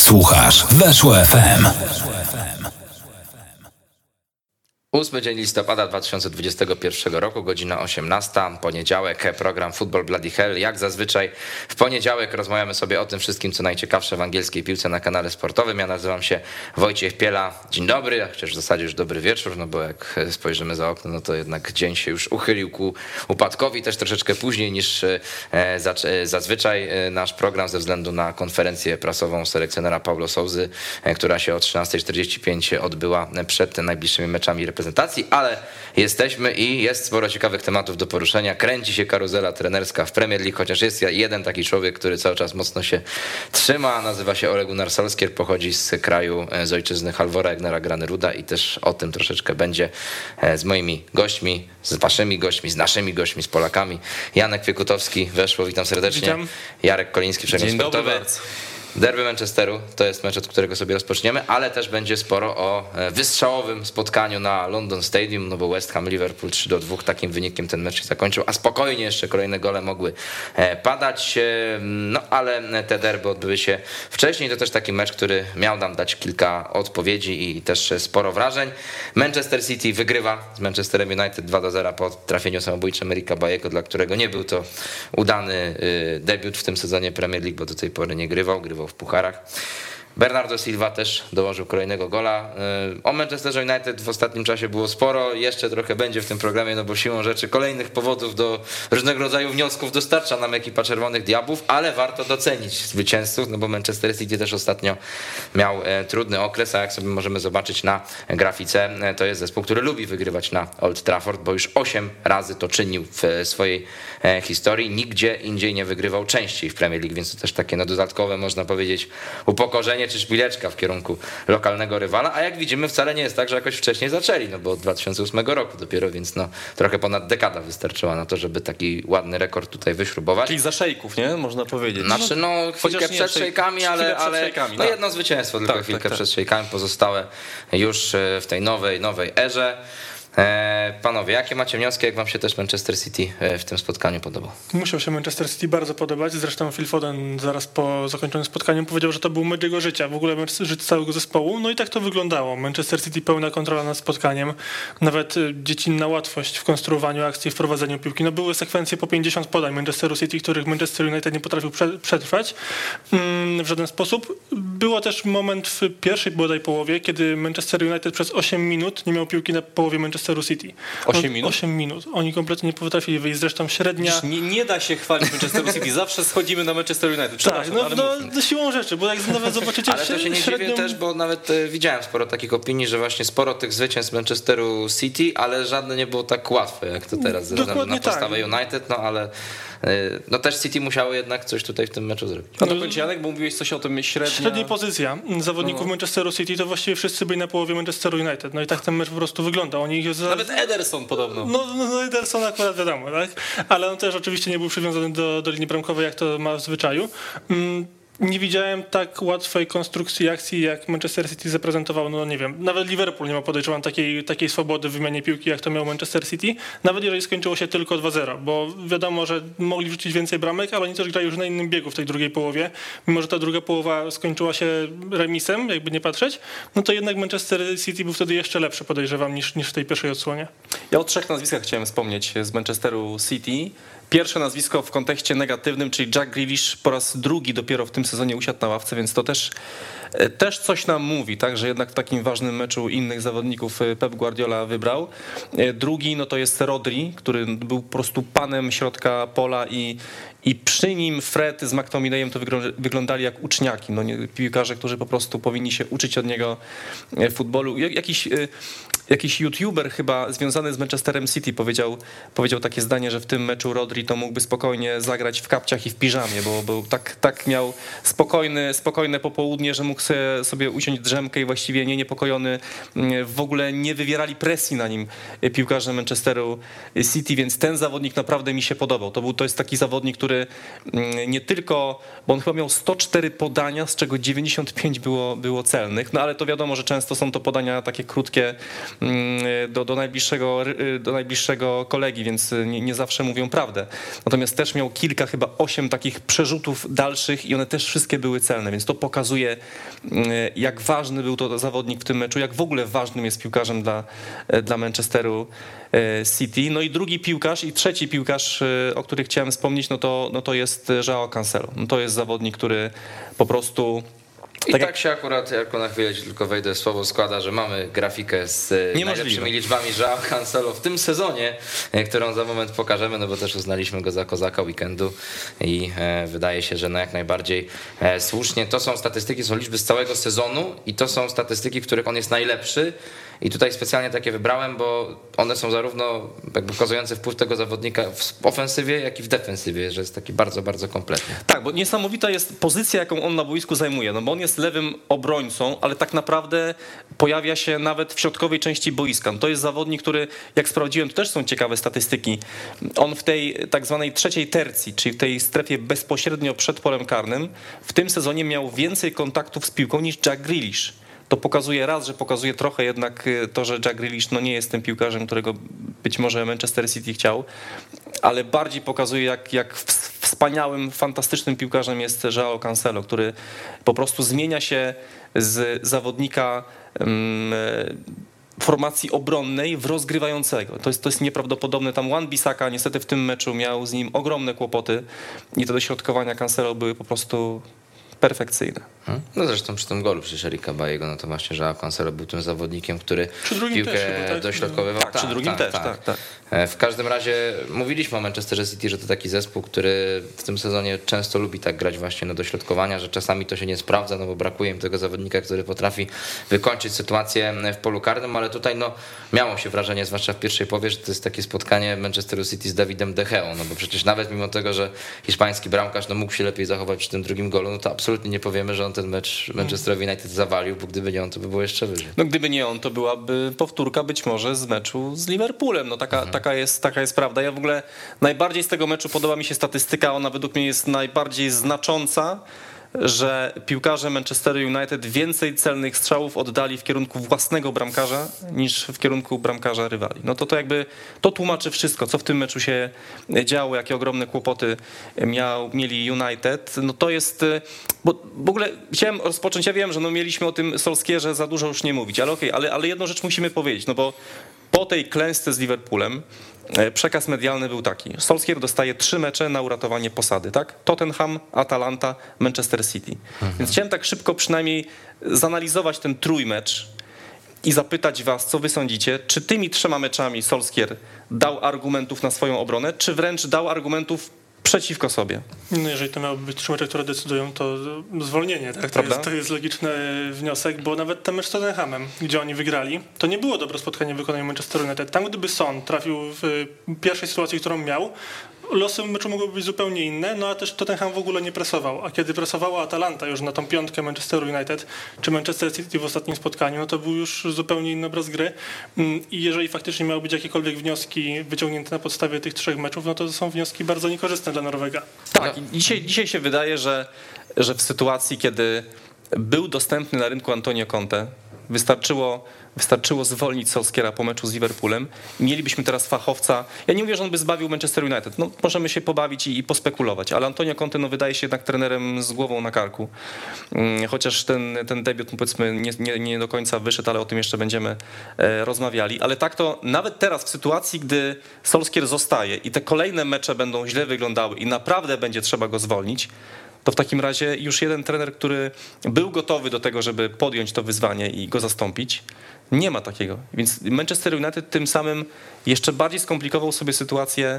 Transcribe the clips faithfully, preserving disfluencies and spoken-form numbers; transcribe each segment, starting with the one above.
Słuchasz Weszło F M. ósmy dzień listopada dwa tysiące dwudziestego pierwszego roku, godzina osiemnasta, poniedziałek, program Football Bloody Hell. Jak zazwyczaj w poniedziałek rozmawiamy sobie o tym wszystkim, co najciekawsze w angielskiej piłce na kanale sportowym. Ja nazywam się Wojciech Piela. Dzień dobry, a chociaż w zasadzie już dobry wieczór, no bo jak spojrzymy za okno, no to jednak dzień się już uchylił ku upadkowi, też troszeczkę później niż zazwyczaj nasz program ze względu na konferencję prasową selekcjonera Paulo Sousy, która się o trzynasta czterdzieści pięć odbyła przed najbliższymi meczami reprezentacji. Ale jesteśmy i jest sporo ciekawych tematów do poruszenia. Kręci się karuzela trenerska w Premier League, chociaż jest jeden taki człowiek, który cały czas mocno się trzyma. Nazywa się Ole Gunnar Solskjaer, pochodzi z kraju, z ojczyzny Halvora Egnera Graneruda i też o tym troszeczkę będzie z moimi gośćmi, z waszymi gośćmi, z naszymi gośćmi, z Polakami. Janek Piekutowski, Weszło, witam serdecznie. Witam. Jarek Koliński, Przegląd Dzień Sportowy. dobry bardzo. Derby Manchesteru to jest mecz, od którego sobie rozpoczniemy, ale też będzie sporo o wystrzałowym spotkaniu na London Stadium, no bo West Ham Liverpool trzy do dwóch, takim wynikiem ten mecz się zakończył, a spokojnie jeszcze kolejne gole mogły padać, no ale te derby odbyły się wcześniej, to też taki mecz, który miał nam dać kilka odpowiedzi i też sporo wrażeń. Manchester City wygrywa z Manchesterem United dwa do zera po trafieniu samobójczym Erika Bajego, dla którego nie był to udany debiut w tym sezonie Premier League, bo do tej pory nie grywał, grywał w pucharach. Bernardo Silva też dołożył kolejnego gola. O Manchesterze United w ostatnim czasie było sporo, jeszcze trochę będzie w tym programie, no bo siłą rzeczy kolejnych powodów do różnego rodzaju wniosków dostarcza nam ekipa Czerwonych Diabłów, ale warto docenić zwycięzców, no bo Manchester City też ostatnio miał trudny okres, a jak sobie możemy zobaczyć na grafice, to jest zespół, który lubi wygrywać na Old Trafford, bo już osiem razy to czynił w swojej historii, nigdzie indziej nie wygrywał częściej w Premier League, więc to też takie no dodatkowe, można powiedzieć, upokorzenie czy szpileczka w kierunku lokalnego rywala, a jak widzimy wcale nie jest tak, że jakoś wcześniej zaczęli, no bo od dwa tysiące ósmego roku dopiero, więc no trochę ponad dekada wystarczyła na to, żeby taki ładny rekord tutaj wyśrubować. Czyli za szejków, nie? Można powiedzieć. Znaczy no chwilkę przed szejkami, ale, ale szejkami, no tak. jedno zwycięstwo, tylko tak, chwilkę tak, tak. przed szejkami, pozostałe już w tej nowej, nowej erze. Panowie, jakie macie wnioski, jak wam się też Manchester City w tym spotkaniu podobał? Musiał się Manchester City bardzo podobać, zresztą Phil Foden zaraz po zakończonym spotkaniu powiedział, że to był mecz jego życia, w ogóle mecz życia całego zespołu, no i tak to wyglądało. Manchester City pełna kontrola nad spotkaniem, nawet dziecinna łatwość w konstruowaniu akcji, w prowadzeniu piłki. No były sekwencje po pięćdziesiąt podań Manchesteru City, których Manchester United nie potrafił przetrwać w żaden sposób. Było też moment w pierwszej bodaj połowie, kiedy Manchester United przez osiem minut nie miał piłki na połowie Manchesteru City. osiem minut? osiem minut. Oni kompletnie nie potrafili wyjść, zresztą średnia... Nie, nie da się chwalić Manchesteru City, zawsze schodzimy na Manchester United. Tak, no, no, no siłą rzeczy, bo jak nawet zobaczycie... Ale to się nie średnią... dziwię też, bo nawet widziałem sporo takich opinii, że właśnie sporo tych zwycięstw Manchesteru City, ale żadne nie było tak łatwe, jak to teraz, ze względu na postawę tak. United, no ale no też City musiało jednak coś tutaj w tym meczu zrobić. No to będzie Janek, bo mówiłeś coś o tym średnia... Średnia pozycja zawodników no. Manchesteru City to właściwie wszyscy byli na połowie Manchesteru United. No i tak ten mecz po prostu wygląda. Oni ich za... Nawet Ederson podobno. No, no, no Ederson akurat wiadomo, tak? Ale on też oczywiście nie był przywiązany do, do linii bramkowej, jak to ma w zwyczaju. Mm. Nie widziałem tak łatwej konstrukcji akcji, jak Manchester City zaprezentował, no nie wiem, nawet Liverpool nie ma, podejrzewam, takiej, takiej swobody w wymianie piłki, jak to miał Manchester City, nawet jeżeli skończyło się tylko dwa zero, bo wiadomo, że mogli wrzucić więcej bramek, ale oni też grają już na innym biegu w tej drugiej połowie, mimo że ta druga połowa skończyła się remisem, jakby nie patrzeć, no to jednak Manchester City był wtedy jeszcze lepszy, podejrzewam, niż, niż w tej pierwszej odsłonie. Ja o trzech nazwiskach chciałem wspomnieć z Manchesteru City. Pierwsze nazwisko w kontekście negatywnym, czyli Jack Grealish po raz drugi dopiero w tym sezonie usiadł na ławce, więc to też, też coś nam mówi, tak, że jednak w takim ważnym meczu innych zawodników Pep Guardiola wybrał. Drugi no to jest Rodri, który był po prostu panem środka pola i, i przy nim Fred z McTominayem to wyglądali jak uczniaki, no nie, piłkarze, którzy po prostu powinni się uczyć od niego futbolu. Jakiś, jakiś youtuber chyba związany z Manchesterem City powiedział, powiedział takie zdanie, że w tym meczu Rodri to mógłby spokojnie zagrać w kapciach i w piżamie, bo był tak, tak miał spokojny, spokojne popołudnie, że mógł sobie usiąść drzemkę i właściwie nie niepokojony, w ogóle nie wywierali presji na nim piłkarze Manchesteru City, więc ten zawodnik naprawdę mi się podobał. To, był, to jest taki zawodnik, który nie tylko, bo on chyba miał sto cztery podania, z czego dziewięćdziesiąt pięć było, było celnych, no ale to wiadomo, że często są to podania takie krótkie, do, do, najbliższego, do najbliższego kolegi, więc nie, nie zawsze mówią prawdę. Natomiast też miał kilka, chyba osiem takich przerzutów dalszych i one też wszystkie były celne, więc to pokazuje, jak ważny był to zawodnik w tym meczu, jak w ogóle ważnym jest piłkarzem dla, dla Manchesteru City. No i drugi piłkarz i trzeci piłkarz, o których chciałem wspomnieć, no to, no to jest João Cancelo. No to jest zawodnik, który po prostu... I tak, tak jak... się akurat, jako na chwilę ci tylko wejdę słowo, składa, że mamy grafikę z Niemożliwe. najlepszymi liczbami João Cancelo w tym sezonie, którą za moment pokażemy, no bo też uznaliśmy go za kozaka weekendu i e, wydaje się, że no jak najbardziej e, słusznie. To są statystyki, są liczby z całego sezonu i to są statystyki, w których on jest najlepszy. I tutaj specjalnie takie wybrałem, bo one są zarówno jakby pokazujące wpływ tego zawodnika w ofensywie, jak i w defensywie, że jest taki bardzo, bardzo kompletny. Tak, bo niesamowita jest pozycja, jaką on na boisku zajmuje, no bo on jest lewym obrońcą, ale tak naprawdę pojawia się nawet w środkowej części boiska. No to jest zawodnik, który, jak sprawdziłem, to też są ciekawe statystyki, on w tej tak zwanej trzeciej tercji, czyli w tej strefie bezpośrednio przed polem karnym, w tym sezonie miał więcej kontaktów z piłką niż Jack Grealish. To pokazuje raz, że pokazuje trochę jednak to, że Jack Grealish no nie jest tym piłkarzem, którego być może Manchester City chciał, ale bardziej pokazuje, jak, jak wspaniałym, fantastycznym piłkarzem jest João Cancelo, który po prostu zmienia się z zawodnika um, formacji obronnej w rozgrywającego. To jest, to jest nieprawdopodobne. Tam Wan-Bissaka niestety w tym meczu miał z nim ogromne kłopoty i te dośrodkowania Cancelo były po prostu perfekcyjne. No zresztą przy tym golu przecież Erika Bajego, no to właśnie João Cancelo był tym zawodnikiem, który piłkę też chyba, tak? dośrodkowywał. Tak, przy drugim też, tak, tak. W każdym razie mówiliśmy o Manchesterze City, że to taki zespół, który w tym sezonie często lubi tak grać właśnie na dośrodkowania, że czasami to się nie sprawdza, no bo brakuje im tego zawodnika, który potrafi wykończyć sytuację w polu karnym, ale tutaj no miało się wrażenie, zwłaszcza w pierwszej połowie, że to jest takie spotkanie Manchesteru City z Davidem De Geą, no bo przecież nawet mimo tego, że hiszpański bramkarz no mógł się lepiej zachować przy tym drugim golu, no to absolutnie nie powiemy, że on ten mecz Manchesterowi United zawalił, bo gdyby nie on, to by było jeszcze wyżej. No gdyby nie on, to byłaby powtórka być może z meczu z Liverpoolem. No taka, mhm. taka, jest, taka jest prawda. Ja w ogóle najbardziej z tego meczu podoba mi się statystyka, ona według mnie jest najbardziej znacząca, że piłkarze Manchesteru United więcej celnych strzałów oddali w kierunku własnego bramkarza niż w kierunku bramkarza rywali. No to to jakby to tłumaczy wszystko, co w tym meczu się działo, jakie ogromne kłopoty miał, mieli United. No to jest, bo w ogóle chciałem rozpocząć, ja wiem, że no mieliśmy o tym Solskierze za dużo już nie mówić, ale okej, okay, ale, ale jedną rzecz musimy powiedzieć, no bo po tej klęsce z Liverpoolem przekaz medialny był taki. Solskjaer dostaje trzy mecze na uratowanie posady, tak? Tottenham, Atalanta, Manchester City. Mhm. Więc chciałem tak szybko przynajmniej zanalizować ten trójmecz i zapytać was, co wy sądzicie, czy tymi trzema meczami Solskjaer dał argumentów na swoją obronę, czy wręcz dał argumentów przeciwko sobie. No jeżeli to miałoby być trzy mecze, które decydują, to zwolnienie, tak? To jest, to jest logiczny wniosek, bo nawet ten mecz z Tottenhamem, gdzie oni wygrali, to nie było dobre spotkanie w wykonaniu Manchester United. Tam gdyby Son trafił w pierwszej sytuacji, którą miał, losy meczu mogłyby być zupełnie inne, no a też Tottenham w ogóle nie presował. A kiedy presowała Atalanta już na tą piątkę Manchesteru United, czy Manchester City w ostatnim spotkaniu, no to był już zupełnie inny obraz gry. I jeżeli faktycznie miały być jakiekolwiek wnioski wyciągnięte na podstawie tych trzech meczów, no to są wnioski bardzo niekorzystne dla Norwega. Tak, i dzisiaj, dzisiaj się wydaje, że, że w sytuacji, kiedy był dostępny na rynku Antonio Conte, wystarczyło Wystarczyło zwolnić Solskjaera po meczu z Liverpoolem. Mielibyśmy teraz fachowca. Ja nie mówię, że on by zbawił Manchester United. No, możemy się pobawić i, i pospekulować, ale Antonio Conte no, wydaje się jednak trenerem z głową na karku. Chociaż ten, ten debiut powiedzmy nie, nie, nie do końca wyszedł, ale o tym jeszcze będziemy e, rozmawiali. Ale tak to nawet teraz w sytuacji, gdy Solskjaer zostaje i te kolejne mecze będą źle wyglądały i naprawdę będzie trzeba go zwolnić, to w takim razie już jeden trener, który był gotowy do tego, żeby podjąć to wyzwanie i go zastąpić, nie ma takiego. Więc Manchester United tym samym jeszcze bardziej skomplikował sobie sytuację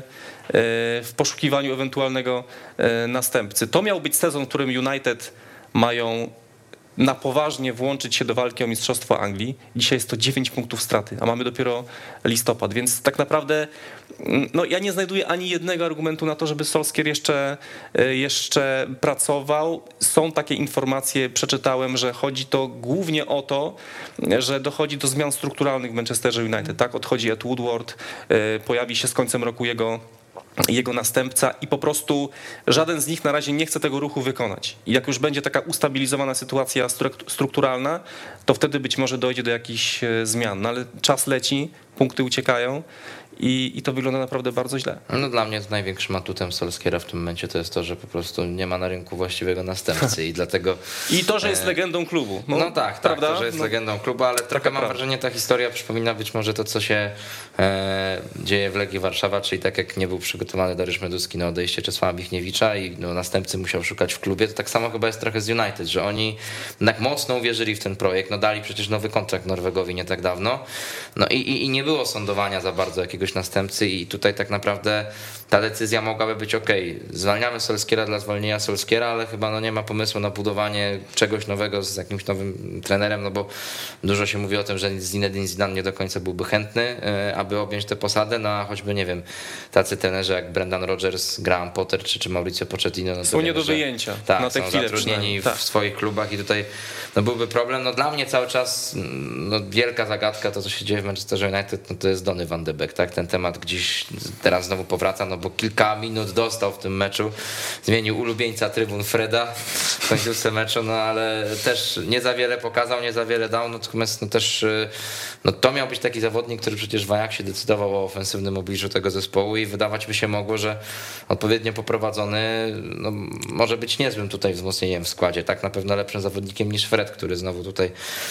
w poszukiwaniu ewentualnego następcy. To miał być sezon, w którym United mają na poważnie włączyć się do walki o Mistrzostwo Anglii. Dzisiaj jest to dziewięć punktów straty, a mamy dopiero listopad, więc tak naprawdę no, ja nie znajduję ani jednego argumentu na to, żeby Solskjaer jeszcze, jeszcze pracował. Są takie informacje, przeczytałem, że chodzi to głównie o to, że dochodzi do zmian strukturalnych w Manchesterze United. Tak, odchodzi Ed Woodward, pojawi się z końcem roku jego jego następca i po prostu żaden z nich na razie nie chce tego ruchu wykonać. I jak już będzie taka ustabilizowana sytuacja strukturalna, to wtedy być może dojdzie do jakichś zmian. No ale czas leci, punkty uciekają. I, I to wygląda naprawdę bardzo źle. No dla mnie największym atutem Solskjaera w tym momencie to jest to, że po prostu nie ma na rynku właściwego następcy i dlatego... I to, że jest e... legendą klubu. No, no tak, tak, to, że jest no. legendą klubu, ale trochę mam prawda. wrażenie, ta historia przypomina być może to, co się e, dzieje w Legii Warszawa, czyli tak jak nie był przygotowany Dariusz Meduski na odejście Czesława Michniewicza i no, następcy musiał szukać w klubie, to tak samo chyba jest trochę z United, że oni jednak mocno uwierzyli w ten projekt, no dali przecież nowy kontrakt Norwegowi nie tak dawno, no i, i, i nie było sądowania za bardzo jakiegoś następcy i tutaj tak naprawdę ta decyzja mogłaby być ok, zwalniamy Solskjaera dla zwolnienia Solskjaera, ale chyba no nie ma pomysłu na budowanie czegoś nowego z jakimś nowym trenerem, no bo dużo się mówi o tym, że Zinedine Zidane nie do końca byłby chętny, aby objąć tę posadę, no a choćby nie wiem, tacy trenerzy jak Brendan Rodgers, Graham Potter czy, czy Mauricio Pochettino, no są nie do wyjęcia tak, na tę są chwilę zatrudnieni w tak. swoich klubach i tutaj no byłby problem. No dla mnie cały czas no wielka zagadka to, co się dzieje w Manchesterze United, no to jest Donny van de Beek, tak? Ten temat gdzieś teraz znowu powraca, no bo kilka minut dostał w tym meczu, zmienił ulubieńca trybun Freda w końcówce meczu, no ale też nie za wiele pokazał, nie za wiele dał, natomiast no też no to miał być taki zawodnik, który przecież w Ajaxie decydował o ofensywnym obliczu tego zespołu i wydawać by się mogło, że odpowiednio poprowadzony no, może być niezłym tutaj wzmocnieniem w składzie, tak? Na pewno lepszym zawodnikiem niż Fred, który znowu tutaj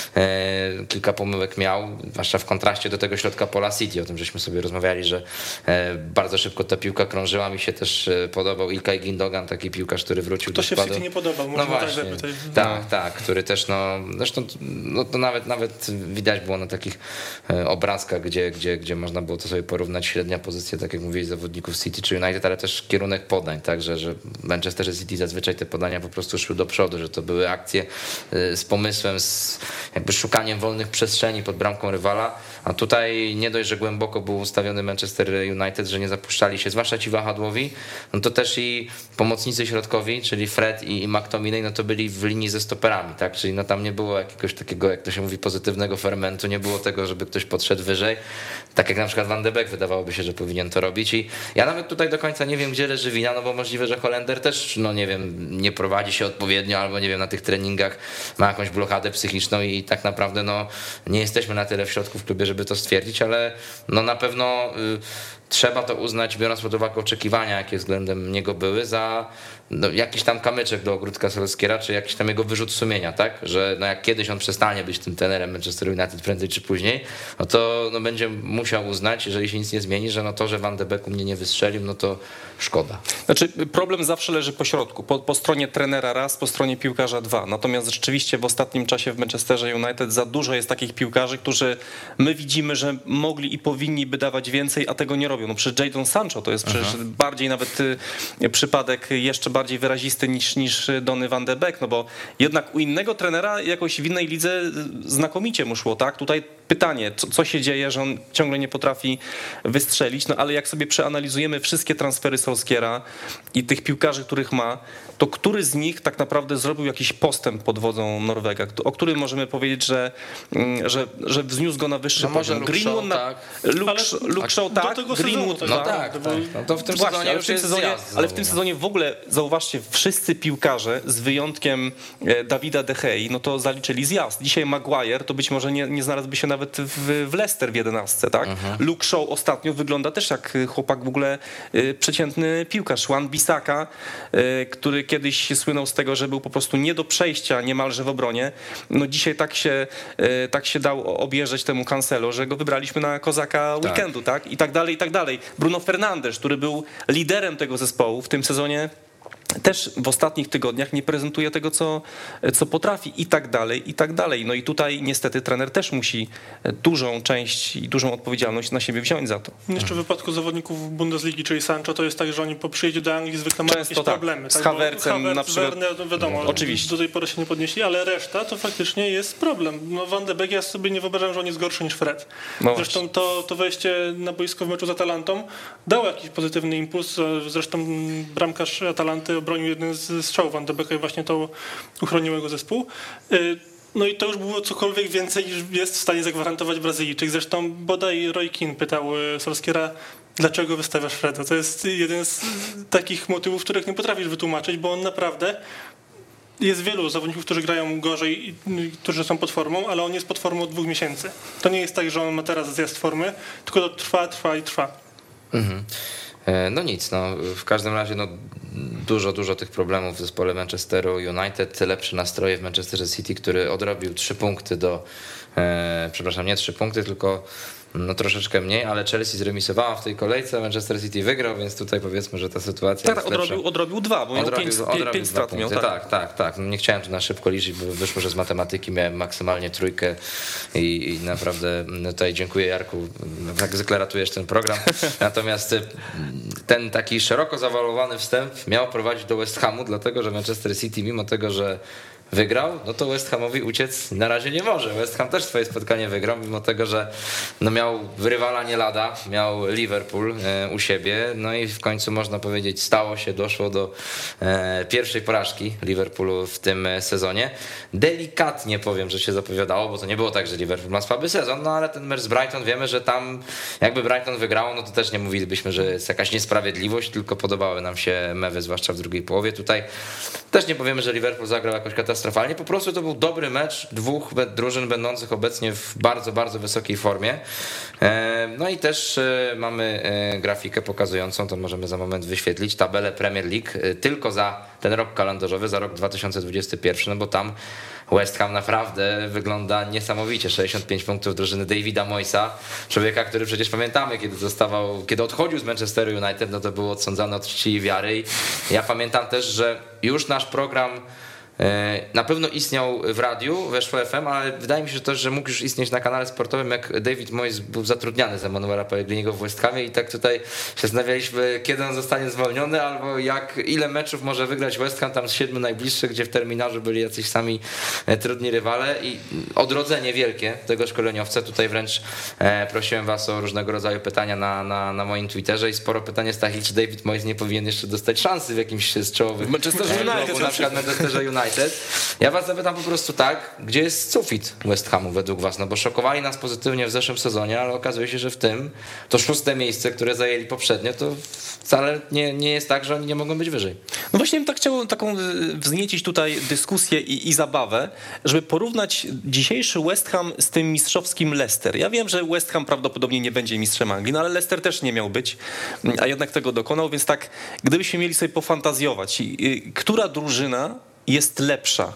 e, kilka pomyłek miał, zwłaszcza w kontraście do tego środka pola City, o tym żeśmy sobie rozmawiali, że e, bardzo szybko ta piłka krążyła, mi się też podobał Ilkay Gündogan, taki piłkarz, który wrócił Kto do składu. To się w City nie podobał, no właśnie, tak zapytać. Tak, no. tak, który też no, zresztą no, to nawet, nawet widać było na takich obrazkach, gdzie, gdzie, gdzie można było to sobie porównać, średnia pozycja, tak jak mówili, zawodników City czy United, ale też kierunek podań, także, że w Manchesterze City zazwyczaj te podania po prostu szły do przodu, że to były akcje z pomysłem, z jakby szukaniem wolnych przestrzeni pod bramką rywala, a tutaj nie dość, że głęboko był ustawiony Manchester United, że nie zapuszczali się, zwłaszcza ci wahadłowi, no to też i pomocnicy środkowi, czyli Fred i, i McTominay, no to byli w linii ze stoperami, tak, czyli no tam nie było jakiegoś takiego, jak to się mówi, pozytywnego fermentu, nie było tego, żeby ktoś podszedł wyżej, tak jak na przykład Van de Beek wydawałoby się, że powinien to robić i ja nawet tutaj do końca nie wiem, gdzie leży wina, no bo możliwe, że Holender też, no nie wiem, nie prowadzi się odpowiednio, albo nie wiem, na tych treningach ma jakąś blokadę psychiczną i tak naprawdę no nie jesteśmy na tyle w środku w klubie, żeby to stwierdzić, ale no na pewno y, trzeba to uznać, biorąc pod uwagę oczekiwania, jakie względem niego były, za no, jakiś tam kamyczek do ogródka Solskjaera, czy jakiś tam jego wyrzut sumienia, tak? Że no, jak kiedyś on przestanie być tym trenerem Manchester United prędzej czy później, no to no, będzie musiał uznać, jeżeli się nic nie zmieni, że no to, że Van de Beek u mnie nie wystrzelił, no to szkoda. Znaczy problem zawsze leży po środku, po, po stronie trenera raz, po stronie piłkarza dwa. Natomiast rzeczywiście w ostatnim czasie w Manchesterze United za dużo jest takich piłkarzy, którzy my widzimy, że mogli i powinni by dawać więcej, a tego nie robią. No przecież Jadon Sancho to jest przecież Aha. bardziej nawet przypadek jeszcze bardziej wyrazisty niż, niż Donny van de Beek, no bo jednak u innego trenera jakoś w innej lidze znakomicie mu szło, tak? Tutaj pytanie, co, co się dzieje, że on ciągle nie potrafi wystrzelić, no ale jak sobie przeanalizujemy wszystkie transfery Solskjaera i tych piłkarzy, których ma, to który z nich tak naprawdę zrobił jakiś postęp pod wodzą Norwega, o którym możemy powiedzieć, że, że, że wzniósł go na wyższy no poziom. Luke Greenwood Shaw, na, tak. Luke, ale, Luke Shaw tak, Greenwood tak. No tak, tak. No to w tym Właśnie, sezonie ale już w tym jest sezonie, zjazd ale w tym sezonie w ogóle, zauważcie, wszyscy piłkarze z wyjątkiem Davida De Gea, no to zaliczyli zjazd. Dzisiaj Maguire to być może nie, nie znalazłby się nawet w, w Leicester w jedenastce, tak? Mhm. Luke Shaw ostatnio wygląda też jak chłopak w ogóle y, przeciętny piłkarz. Wan-Bissaka, y, który kiedyś słynął z tego, że był po prostu nie do przejścia niemalże w obronie. No dzisiaj tak się, y, tak się dał objeżdżać temu Cancelo, że go wybraliśmy na kozaka tak. weekendu, tak? I tak dalej, i tak dalej. Bruno Fernandes, który był liderem tego zespołu w tym sezonie, też w ostatnich tygodniach nie prezentuje tego, co, co potrafi i tak dalej, i tak dalej. No i tutaj niestety trener też musi dużą część i dużą odpowiedzialność na siebie wziąć za to. Jeszcze w wypadku zawodników Bundesligi, czyli Sancho, to jest tak, że oni po przyjeździe do Anglii zwykle mają jakieś tak. problemy. Z tak? Havertzem Havertz, na przykład. Werner, no wiadomo, oczywiście. Do tej pory się nie podnieśli, ale reszta to faktycznie jest problem. No Van de Beek, ja sobie nie wyobrażam, że on jest gorszy niż Fred. No zresztą to, to wejście na boisko w meczu z Atalantą dało jakiś pozytywny impuls. Zresztą bramkarz Atalanty obronił jeden z strzałów Van de Beeka i właśnie to uchroniło jego zespół. No i to już było cokolwiek więcej niż jest w stanie zagwarantować Brazylijczyk. Zresztą bodaj Roy Keane pytał Solskjaera, dlaczego wystawiasz Freda. To jest jeden z takich motywów, których nie potrafisz wytłumaczyć, bo on naprawdę jest wielu zawodników, którzy grają gorzej i którzy są pod formą, ale on jest pod formą od dwóch miesięcy. To nie jest tak, że on ma teraz zjazd formy, tylko to trwa, trwa i trwa. Mhm. No nic, no w każdym razie no, dużo, dużo tych problemów w zespole Manchesteru United, lepsze nastroje w Manchesterze City, który odrobił trzy punkty do, e, przepraszam, nie trzy punkty, tylko no troszeczkę mniej, ale Chelsea zremisowała w tej kolejce, Manchester City wygrał, więc tutaj powiedzmy, że ta sytuacja tak, jest odrobił, lepsza. odrobił dwa, bo miał Odrobił, pięć, odrobił pięć strat miał, tak. tak. tak, tak, tak. No nie chciałem tu na szybko liczyć, bo wyszło, że z matematyki miałem maksymalnie trójkę i, i naprawdę tutaj dziękuję Jarku, jak zwykle ratujesz ten program. Natomiast ten taki szeroko zawalowany wstęp miał prowadzić do West Hamu, dlatego że Manchester City, mimo tego, że wygrał, no to West Hamowi uciec na razie nie może. West Ham też swoje spotkanie wygrał, mimo tego, że no miał rywala nie lada, miał Liverpool e, u siebie, no i w końcu można powiedzieć stało się, doszło do e, pierwszej porażki Liverpoolu w tym sezonie. Delikatnie powiem, że się zapowiadało, bo to nie było tak, że Liverpool ma słaby sezon, no ale ten mecz z Brighton, wiemy, że tam jakby Brighton wygrało, no to też nie mówilibyśmy, że jest jakaś niesprawiedliwość, tylko podobały nam się mewy, zwłaszcza w drugiej połowie. Tutaj też nie powiemy, że Liverpool zagrał jakoś katastrofalnie, po prostu to był dobry mecz dwóch drużyn będących obecnie w bardzo, bardzo wysokiej formie. No i też mamy grafikę pokazującą, to możemy za moment wyświetlić, tabelę Premier League tylko za ten rok kalendarzowy, za rok dwa tysiące dwudziesty pierwszy, no bo tam West Ham naprawdę wygląda niesamowicie. sześćdziesiąt pięć punktów drużyny Davida Moyesa, człowieka, który przecież pamiętamy, kiedy zostawał, kiedy odchodził z Manchesteru United, no to był odsądzany od czci i wiary. I ja pamiętam też, że już nasz program na pewno istniał w radiu, weszło F M, ale wydaje mi się też, że mógł już istnieć na kanale sportowym, jak David Moyes był zatrudniany za Emanuela Pellegriniego w West Hamie i tak tutaj się zastanawialiśmy, kiedy on zostanie zwolniony, albo jak, ile meczów może wygrać West Ham tam z siedmiu najbliższych, gdzie w terminarzu byli jacyś sami trudni rywale i odrodzenie wielkie tego szkoleniowca. Tutaj wręcz prosiłem was o różnego rodzaju pytania na, na, na moim Twitterze i sporo pytań jest takich, czy David Moyes nie powinien jeszcze dostać szansy w jakimś z czołowych Manchesterze United, na przykład Manchesterze United. Ja was zapytam po prostu tak, gdzie jest sufit West Hamu według was, no bo szokowali nas pozytywnie w zeszłym sezonie, ale okazuje się, że w tym to szóste miejsce, które zajęli poprzednio, to wcale nie, nie jest tak, że oni nie mogą być wyżej. No właśnie bym tak chciał taką wzniecić tutaj dyskusję i, i zabawę, żeby porównać dzisiejszy West Ham z tym mistrzowskim Leicester. Ja wiem, że West Ham prawdopodobnie nie będzie mistrzem Anglii, no ale Leicester też nie miał być, a jednak tego dokonał, więc tak, gdybyśmy mieli sobie pofantazjować, która drużyna jest lepsza.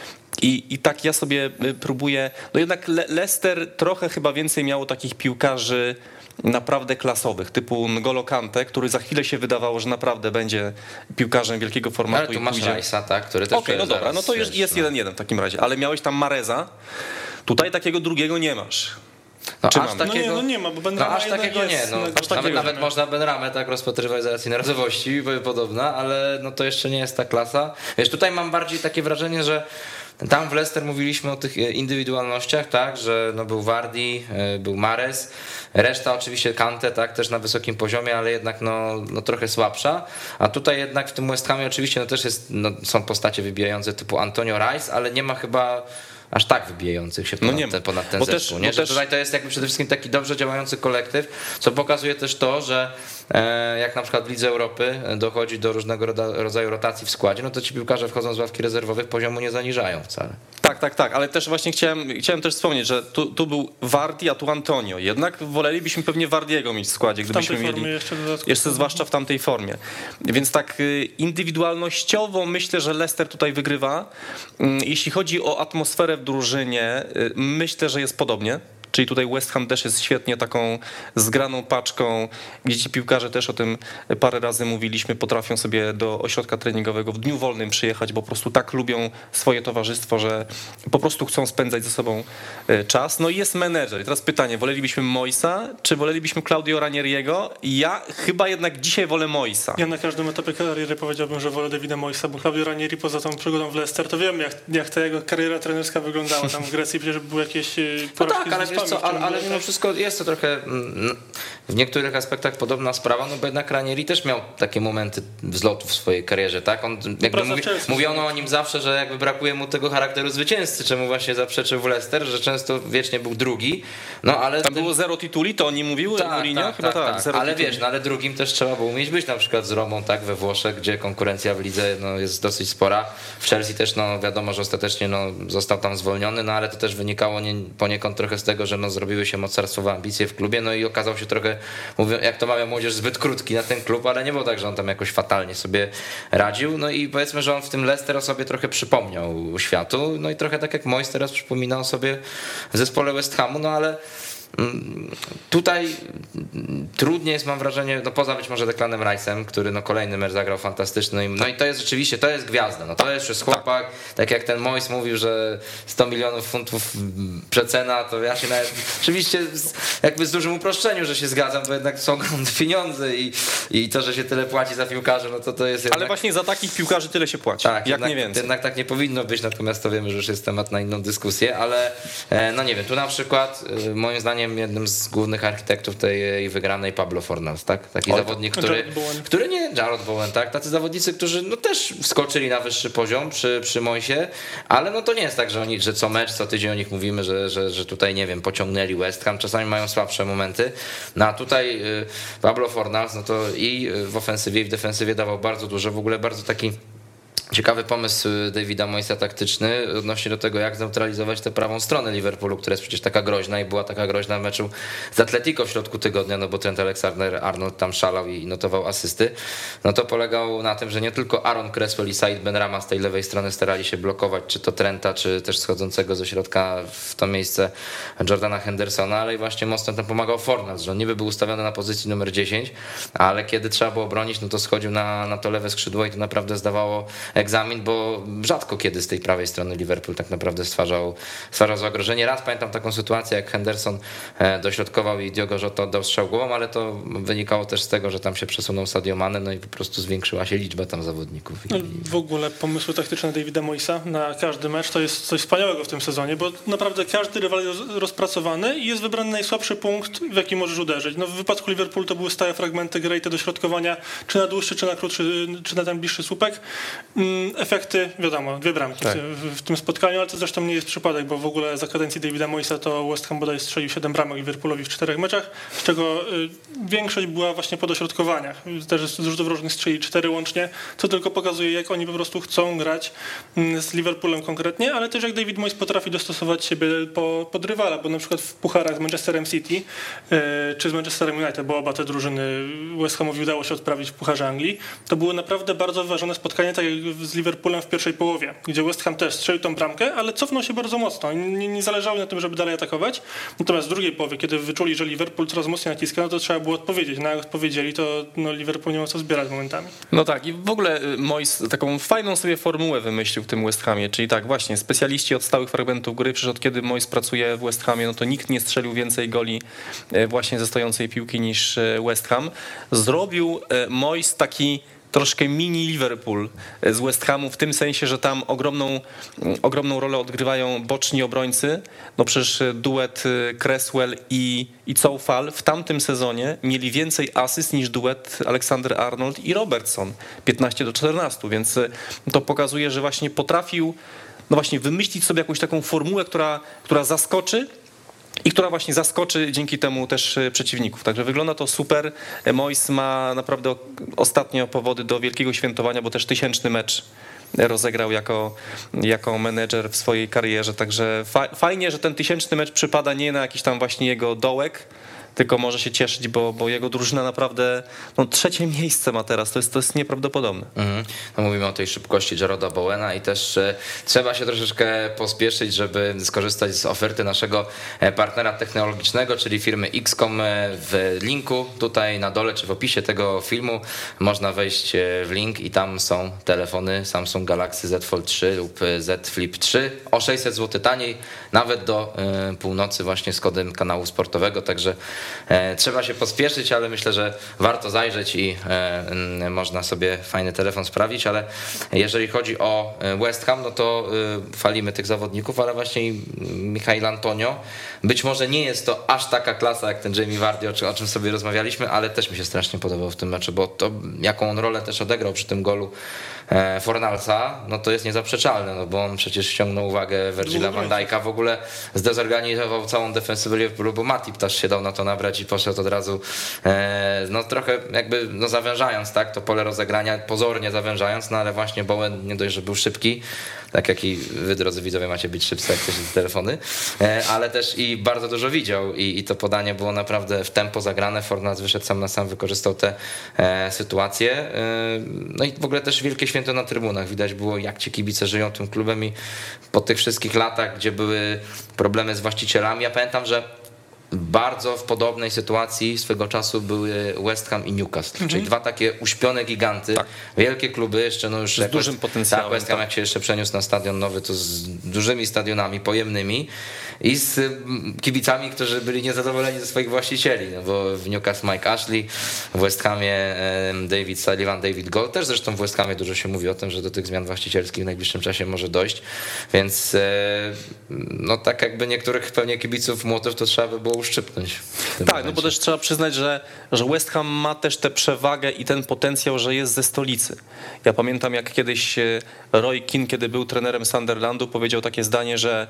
I, I tak ja sobie próbuję, no jednak Le- Leicester trochę chyba więcej miało takich piłkarzy naprawdę klasowych, typu N'Golo Kante, który za chwilę się wydawało, że naprawdę będzie piłkarzem wielkiego formatu. Ale tu i masz pójdzie... Rice'a, tak, który też... Okej, okay, no dobra, no to jest, jest jeden jeden w takim razie, ale miałeś tam Mareza, tutaj takiego drugiego nie masz. No, Czy aż mamy? takiego, no nie, no nie ma, bo Ben no, Rama aż takiego nie. jest, No, no, aż takiego nawet, nawet nie. można Ben Ramę tak rozpatrywać z racji narodowości, podobna, ale no to jeszcze nie jest ta klasa. Wiesz, tutaj mam bardziej takie wrażenie, że tam w Leicester mówiliśmy o tych indywidualnościach, tak, że no był Vardy, był Mahrez, reszta oczywiście Kante, tak, też na wysokim poziomie, ale jednak no, no trochę słabsza, a tutaj jednak w tym West Hamie oczywiście no też jest, no, są postacie wybijające typu Antonio Rice, ale nie ma chyba aż tak wybijających się ponad, no nie, ten, ponad ten bo zespół. Też, nie? bo Że też... tutaj to jest jakby przede wszystkim taki dobrze działający kolektyw, co pokazuje też to, że e, jak na przykład w Lidze Europy dochodzi do różnego rodzaju rotacji w składzie, no to ci piłkarze wchodzą z ławki rezerwowych, poziomu nie zaniżają wcale. Tak, tak, tak, ale też właśnie chciałem, chciałem też wspomnieć, że tu, tu był Vardy, a tu Antonio. Jednak wolelibyśmy pewnie Vardiego mieć w składzie, gdybyśmy mieli, jeszcze, jeszcze zwłaszcza w tamtej formie. Więc tak indywidualnościowo myślę, że Leicester tutaj wygrywa. Jeśli chodzi o atmosferę w drużynie, myślę, że jest podobnie. Czyli tutaj West Ham też jest świetnie taką zgraną paczką, gdzie ci piłkarze też o tym parę razy mówiliśmy, potrafią sobie do ośrodka treningowego w dniu wolnym przyjechać, bo po prostu tak lubią swoje towarzystwo, że po prostu chcą spędzać ze sobą czas. No i jest menedżer. I teraz pytanie, wolelibyśmy Moyesa, czy wolelibyśmy Claudio Ranieriego? Ja chyba jednak dzisiaj wolę Moyesa. Ja na każdym etapie kariery powiedziałbym, że wolę Davida Moyesa, bo Claudio Ranieri poza tą przygodą w Leicester, to wiem jak, jak ta jego kariera trenerska wyglądała tam w Grecji, przecież były jakieś no tak, ale wiesz, co, ale, ale mimo wszystko jest to trochę w niektórych aspektach podobna sprawa, no bo jednak Ranieri też miał takie momenty wzlotu w swojej karierze, tak? On jakby mówi, mówiono o nim zawsze, że jakby brakuje mu tego charakteru zwycięzcy, czemu właśnie zaprzeczył w Leicester, że często wiecznie był drugi, no ale... Tam było zero tytuli, to oni mówiły? Tak, Mourinho? tak, Chyba tak, tak. tak. Ale wiesz, no ale drugim też trzeba było umieć być, na przykład z Romą, tak, we Włoszech, gdzie konkurencja w lidze no, jest dosyć spora. W Chelsea też, no wiadomo, że ostatecznie no, został tam zwolniony, no ale to też wynikało nie, poniekąd trochę z tego, że no, zrobiły się mocarstwowe ambicje w klubie, no i okazał się trochę, mówią, jak to mawia młodzież, zbyt krótki na ten klub, ale nie było tak, że on tam jakoś fatalnie sobie radził, no i powiedzmy, że on w tym Leicester o sobie trochę przypomniał światu, no i trochę tak jak Moyes teraz przypominał sobie w zespole West Hamu, no ale tutaj trudniej jest, mam wrażenie, no poza być może Declanem Rice'em, który no kolejny mecz zagrał fantastyczny, no i to jest rzeczywiście, to jest gwiazda, no to jest już chłopak, tak, tak jak ten Moyes mówił, że sto milionów funtów przecena, to ja się nawet, oczywiście jakby z dużym uproszczeniu, że się zgadzam, bo jednak są ogromne pieniądze i, i to, że się tyle płaci za piłkarzy, no to to jest jednak... Ale właśnie za takich piłkarzy tyle się płaci, tak, jak jednak, nie więcej. Jednak tak nie powinno być, natomiast to wiemy, że już jest temat na inną dyskusję, ale no nie wiem, tu na przykład moim zdaniem jednym z głównych architektów tej wygranej Pablo Fornals, tak? Taki o, zawodnik, który, który nie, Jarrod Bowen, tak? Tacy zawodnicy, którzy no też wskoczyli na wyższy poziom przy, przy Moysie, ale no to nie jest tak, że oni, że co mecz, co tydzień o nich mówimy, że, że, że tutaj, nie wiem, pociągnęli West Ham, czasami mają słabsze momenty, no a tutaj Pablo Fornals, no to i w ofensywie, i w defensywie dawał bardzo dużo, w ogóle bardzo taki ciekawy pomysł Davida Moyesa taktyczny odnośnie do tego, jak zneutralizować tę prawą stronę Liverpoolu, która jest przecież taka groźna i była taka groźna w meczu z Atletico w środku tygodnia, no bo Trent Alexander-Arnold tam szalał i notował asysty. No to polegało na tym, że nie tylko Aaron Cresswell i Said Benrahma z tej lewej strony starali się blokować, czy to Trenta, czy też schodzącego ze środka w to miejsce Jordana Hendersona, ale i właśnie mocno tam pomagał Fornals, że on niby był ustawiony na pozycji numer dziesięć, ale kiedy trzeba było bronić, no to schodził na, na to lewe skrzydło i to naprawdę zdawało egzamin, bo rzadko kiedy z tej prawej strony Liverpool tak naprawdę stwarzał, stwarzał zagrożenie. Raz pamiętam taką sytuację, jak Henderson dośrodkował i Diogo Jota oddał strzał głową, ale to wynikało też z tego, że tam się przesunął Sadio Mane, no i po prostu zwiększyła się liczba tam zawodników. No, w ogóle pomysły taktyczne Davida Moyesa na każdy mecz to jest coś wspaniałego w tym sezonie, bo naprawdę każdy rywal jest rozpracowany i jest wybrany najsłabszy punkt, w jaki możesz uderzyć. No, w wypadku Liverpoolu to były stałe fragmenty gry i te dośrodkowania, czy na dłuższy, czy na krótszy, czy na ten bliższy słupek. Efekty, wiadomo, dwie bramki tak. w, w tym spotkaniu, ale to zresztą nie jest przypadek, bo w ogóle za kadencji Davida Moyesa to West Ham bodaj strzelił siedem bramek Liverpoolowi w czterech meczach, z czego y, większość była właśnie po dośrodkowaniach. Też z rzutów rożnych strzeli cztery łącznie, co tylko pokazuje, jak oni po prostu chcą grać y, z Liverpoolem konkretnie, ale też jak David Moyes potrafi dostosować siebie po, pod rywala, bo na przykład w pucharach z Manchesterem City y, czy z Manchesterem United, bo oba te drużyny West Hamowi udało się odprawić w Pucharze Anglii, to były naprawdę bardzo wyważone spotkanie, tak jak z Liverpoolem w pierwszej połowie, gdzie West Ham też strzelił tą bramkę, ale cofnął się bardzo mocno. Nie, nie zależało na tym, żeby dalej atakować. Natomiast w drugiej połowie, kiedy wyczuli, że Liverpool coraz mocniej naciska, no to trzeba było odpowiedzieć. No jak odpowiedzieli, to no, Liverpool nie ma co zbierać momentami. No tak i w ogóle Moyes taką fajną sobie formułę wymyślił w tym West Hamie, czyli tak właśnie specjaliści od stałych fragmentów gry, przecież od kiedy Moyes pracuje w West Hamie, no to nikt nie strzelił więcej goli właśnie ze stojącej piłki niż West Ham. Zrobił Moyes taki troszkę mini Liverpool z West Hamu, w tym sensie, że tam ogromną, ogromną rolę odgrywają boczni obrońcy. No przecież duet Cresswell i, i Coufal w tamtym sezonie mieli więcej asyst niż duet Alexander-Arnold i Robertson, piętnaście do czternastu, więc to pokazuje, że właśnie potrafił no właśnie wymyślić sobie jakąś taką formułę, która, która zaskoczy, i która właśnie zaskoczy dzięki temu też przeciwników. Także wygląda to super. Moyes ma naprawdę ostatnio powody do wielkiego świętowania, bo też tysięczny mecz rozegrał jako, jako menedżer w swojej karierze. Także fajnie, że ten tysięczny mecz przypada nie na jakiś tam właśnie jego dołek, tylko może się cieszyć, bo, bo jego drużyna naprawdę no, trzecie miejsce ma teraz. To jest, to jest nieprawdopodobne. Mm-hmm. No, mówimy o tej szybkości Jarroda Bowena i też e, trzeba się troszeczkę pospieszyć, żeby skorzystać z oferty naszego partnera technologicznego, czyli firmy X COM. W linku tutaj na dole, czy w opisie tego filmu można wejść w link i tam są telefony Samsung Galaxy Z Fold trzy lub Z Flip trzy o sześćset złotych taniej, nawet do e, północy właśnie z kodem kanału sportowego, także e, trzeba się pospieszyć, ale myślę, że warto zajrzeć i e, można sobie fajny telefon sprawdzić, ale jeżeli chodzi o West Ham, no to e, chwalimy tych zawodników, ale właśnie i Michail Antonio, być może nie jest to aż taka klasa jak ten Jamie Vardy, o, czy, o czym sobie rozmawialiśmy, ale też mi się strasznie podobał w tym meczu, bo to jaką on rolę też odegrał przy tym golu Fornalsa, no to jest niezaprzeczalne, no bo on przecież ściągnął uwagę Virgila van Dijk'a, w ogóle zdezorganizował całą defensywę Liverpoolu, bo Matip też się dał na to nabrać i poszedł od razu, no trochę jakby no zawężając, tak, to pole rozegrania, pozornie zawężając, no ale właśnie Bowen nie dość, że był szybki, tak jak i wy, drodzy widzowie, macie być szybcy, jak chcecie telefony, ale też i bardzo dużo widział i, i to podanie było naprawdę w tempo zagrane, Fornals wyszedł sam na sam, wykorzystał te e, sytuacje, e, no i w ogóle też wielkie święto na trybunach, widać było jak ci kibice żyją tym klubem i po tych wszystkich latach, gdzie były problemy z właścicielami, ja pamiętam, że bardzo w podobnej sytuacji swego czasu były West Ham i Newcastle, mhm. czyli dwa takie uśpione giganty, tak. wielkie kluby, jeszcze no już z dużym West, potencjałem. Tak, West Ham jak się jeszcze przeniósł na stadion nowy, to z dużymi stadionami pojemnymi i z kibicami, którzy byli niezadowoleni ze swoich właścicieli, no bo w Newcastle Mike Ashley, w West Hamie David Sullivan, David Gold, też zresztą w West Hamie dużo się mówi o tym, że do tych zmian właścicielskich w najbliższym czasie może dojść, więc no tak jakby niektórych pewnie kibiców młotów to trzeba by było uszczypnąć. Tak, momencie. No bo też trzeba przyznać, że, że West Ham ma też tę przewagę i ten potencjał, że jest ze stolicy. Ja pamiętam, jak kiedyś Roy Keane, kiedy był trenerem Sunderlandu, powiedział takie zdanie, że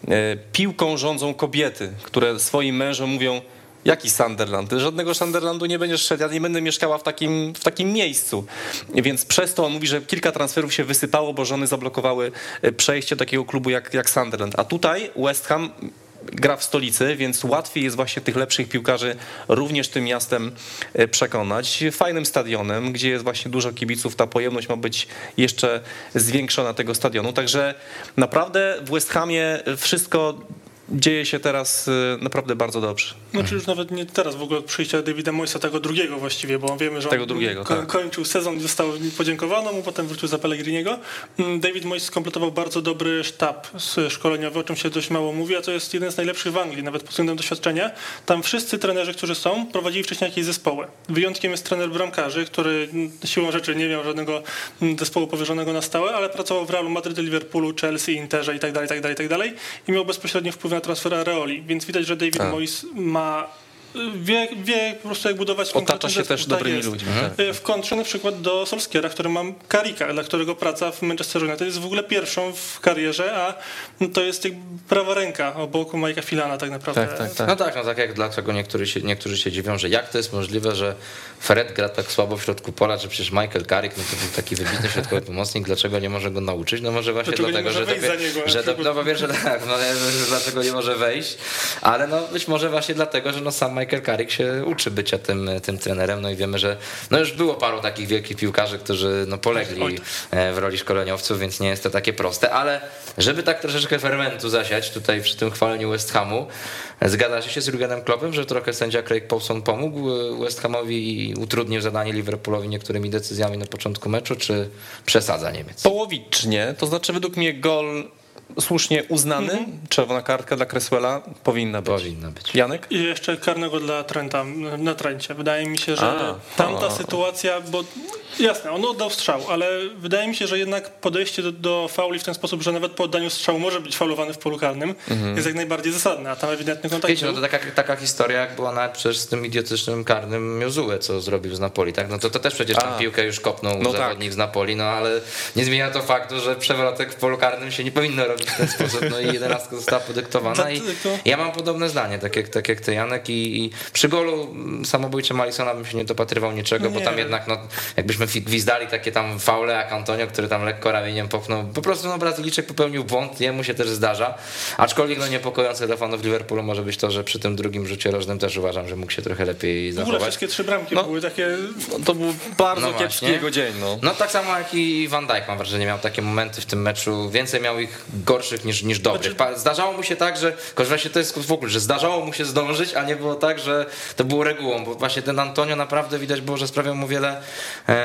piłką rządzą kobiety, które swoim mężom mówią: jaki Sunderland? Żadnego Sunderlandu nie będziesz szedł, ja nie będę mieszkała w takim, w takim miejscu. Więc przez to on mówi, że kilka transferów się wysypało, bo żony zablokowały przejście takiego klubu jak, jak Sunderland. A tutaj West Ham gra w stolicy, więc łatwiej jest właśnie tych lepszych piłkarzy również tym miastem przekonać. Fajnym stadionem, gdzie jest właśnie dużo kibiców, ta pojemność ma być jeszcze zwiększona tego stadionu. Także naprawdę w West Hamie wszystko dzieje się teraz naprawdę bardzo dobrze. Znaczy już nawet nie teraz, w ogóle od przyjścia Davida Moyesa, tego drugiego właściwie, bo wiemy, że tego on drugiego, ko- tak. kończył sezon i zostało podziękowano mu, potem wrócił za Pellegriniego. David Moyes skompletował bardzo dobry sztab szkoleniowy, o czym się dość mało mówi, a to jest jeden z najlepszych w Anglii, nawet pod względem doświadczenia. Tam wszyscy trenerzy, którzy są, prowadzili wcześniej jakieś zespoły. Wyjątkiem jest trener bramkarzy, który siłą rzeczy nie miał żadnego zespołu powierzonego na stałe, ale pracował w Realu Madryt, Liverpoolu, Chelsea, Interze i tak dalej, tak dalej, tak dalej i miał bezpośredni wpływ na transfer Areoli, więc widać, że David A. Moyes ma wie, wie po prostu jak budować otacza się też dobrymi tak ludźmi. Tak. W kontrze na przykład do Solskiera, który mam Carricka, dla którego praca w Manchester United jest w ogóle pierwszą w karierze, a to jest prawa ręka obok Mike'a Filana tak naprawdę. Tak, tak, tak. No tak, no tak jak dlaczego niektórzy się, niektórzy się dziwią, że jak to jest możliwe, że Fred gra tak słabo w środku pola, że przecież Michael Carrick, no to był taki wybitny środkowy pomocnik, dlaczego nie może go nauczyć? No może właśnie dlaczego dlatego, że, dopiero, niego, że do, no po pierwsze tak, no dlaczego nie może wejść, ale no być może właśnie dlatego, że no sam Michael Carrick się uczy bycia tym, tym trenerem, no i wiemy, że no już było paru takich wielkich piłkarzy, którzy no polegli w roli szkoleniowców, więc nie jest to takie proste, ale żeby tak troszeczkę fermentu zasiać tutaj przy tym chwaleniu West Hamu, zgadzacie się z Jurgenem Kloppem, że trochę sędzia Craig Pawson pomógł West Hamowi i utrudnił zadanie Liverpoolowi niektórymi decyzjami na początku meczu, czy przesadza Niemiec? Połowicznie, to znaczy według mnie gol słusznie uznany, mm-hmm. czerwona kartka dla Cresswella powinna być. Powinna być. Janek? I jeszcze karnego dla Trenta na Trencie. Wydaje mi się, że a, tamta a. sytuacja, bo jasne, on oddał strzał, ale wydaje mi się, że jednak podejście do, do fauli w ten sposób, że nawet po oddaniu strzału może być faulowany w polu karnym, mm-hmm. jest jak najbardziej zasadne, a tam ewidentny kontakt. Wiecie, no to taka, taka historia, jak była nawet przecież z tym idiotycznym karnym Josue, co zrobił z Napoli, tak? No to, to też przecież tam a. piłkę już kopnął no zawodnik tak. z Napoli, no ale nie zmienia to faktu, że przewrotek w polu karnym się nie powinno robić w ten sposób, no i jedenastka została podyktowana i ja mam podobne zdanie, tak jak, tak jak ty, Janek, i, i przy golu samobójczym Alisona bym się nie dopatrywał niczego, no nie. bo tam jednak, no jakbyśmy gwizdali takie tam faule jak Antonio, który tam lekko ramieniem popchnął, po prostu no Brazylijczyk popełnił błąd, jemu się też zdarza, aczkolwiek no niepokojące dla fanów Liverpoolu może być to, że przy tym drugim rzucie rożnym też uważam, że mógł się trochę lepiej zachować. W ogóle wszystkie trzy bramki no, były takie... No, to był bardzo no kiepski jego dzień. No. no tak samo jak i Van Dijk, mam wrażenie, miał takie momenty w tym meczu, więcej miał ich gorszych niż, niż dobrych. Znaczy... Zdarzało mu się tak, że właśnie to jest w ogóle, że zdarzało mu się zdążyć, a nie było tak, że to było regułą, bo właśnie ten Antonio naprawdę widać było, że sprawiał mu wiele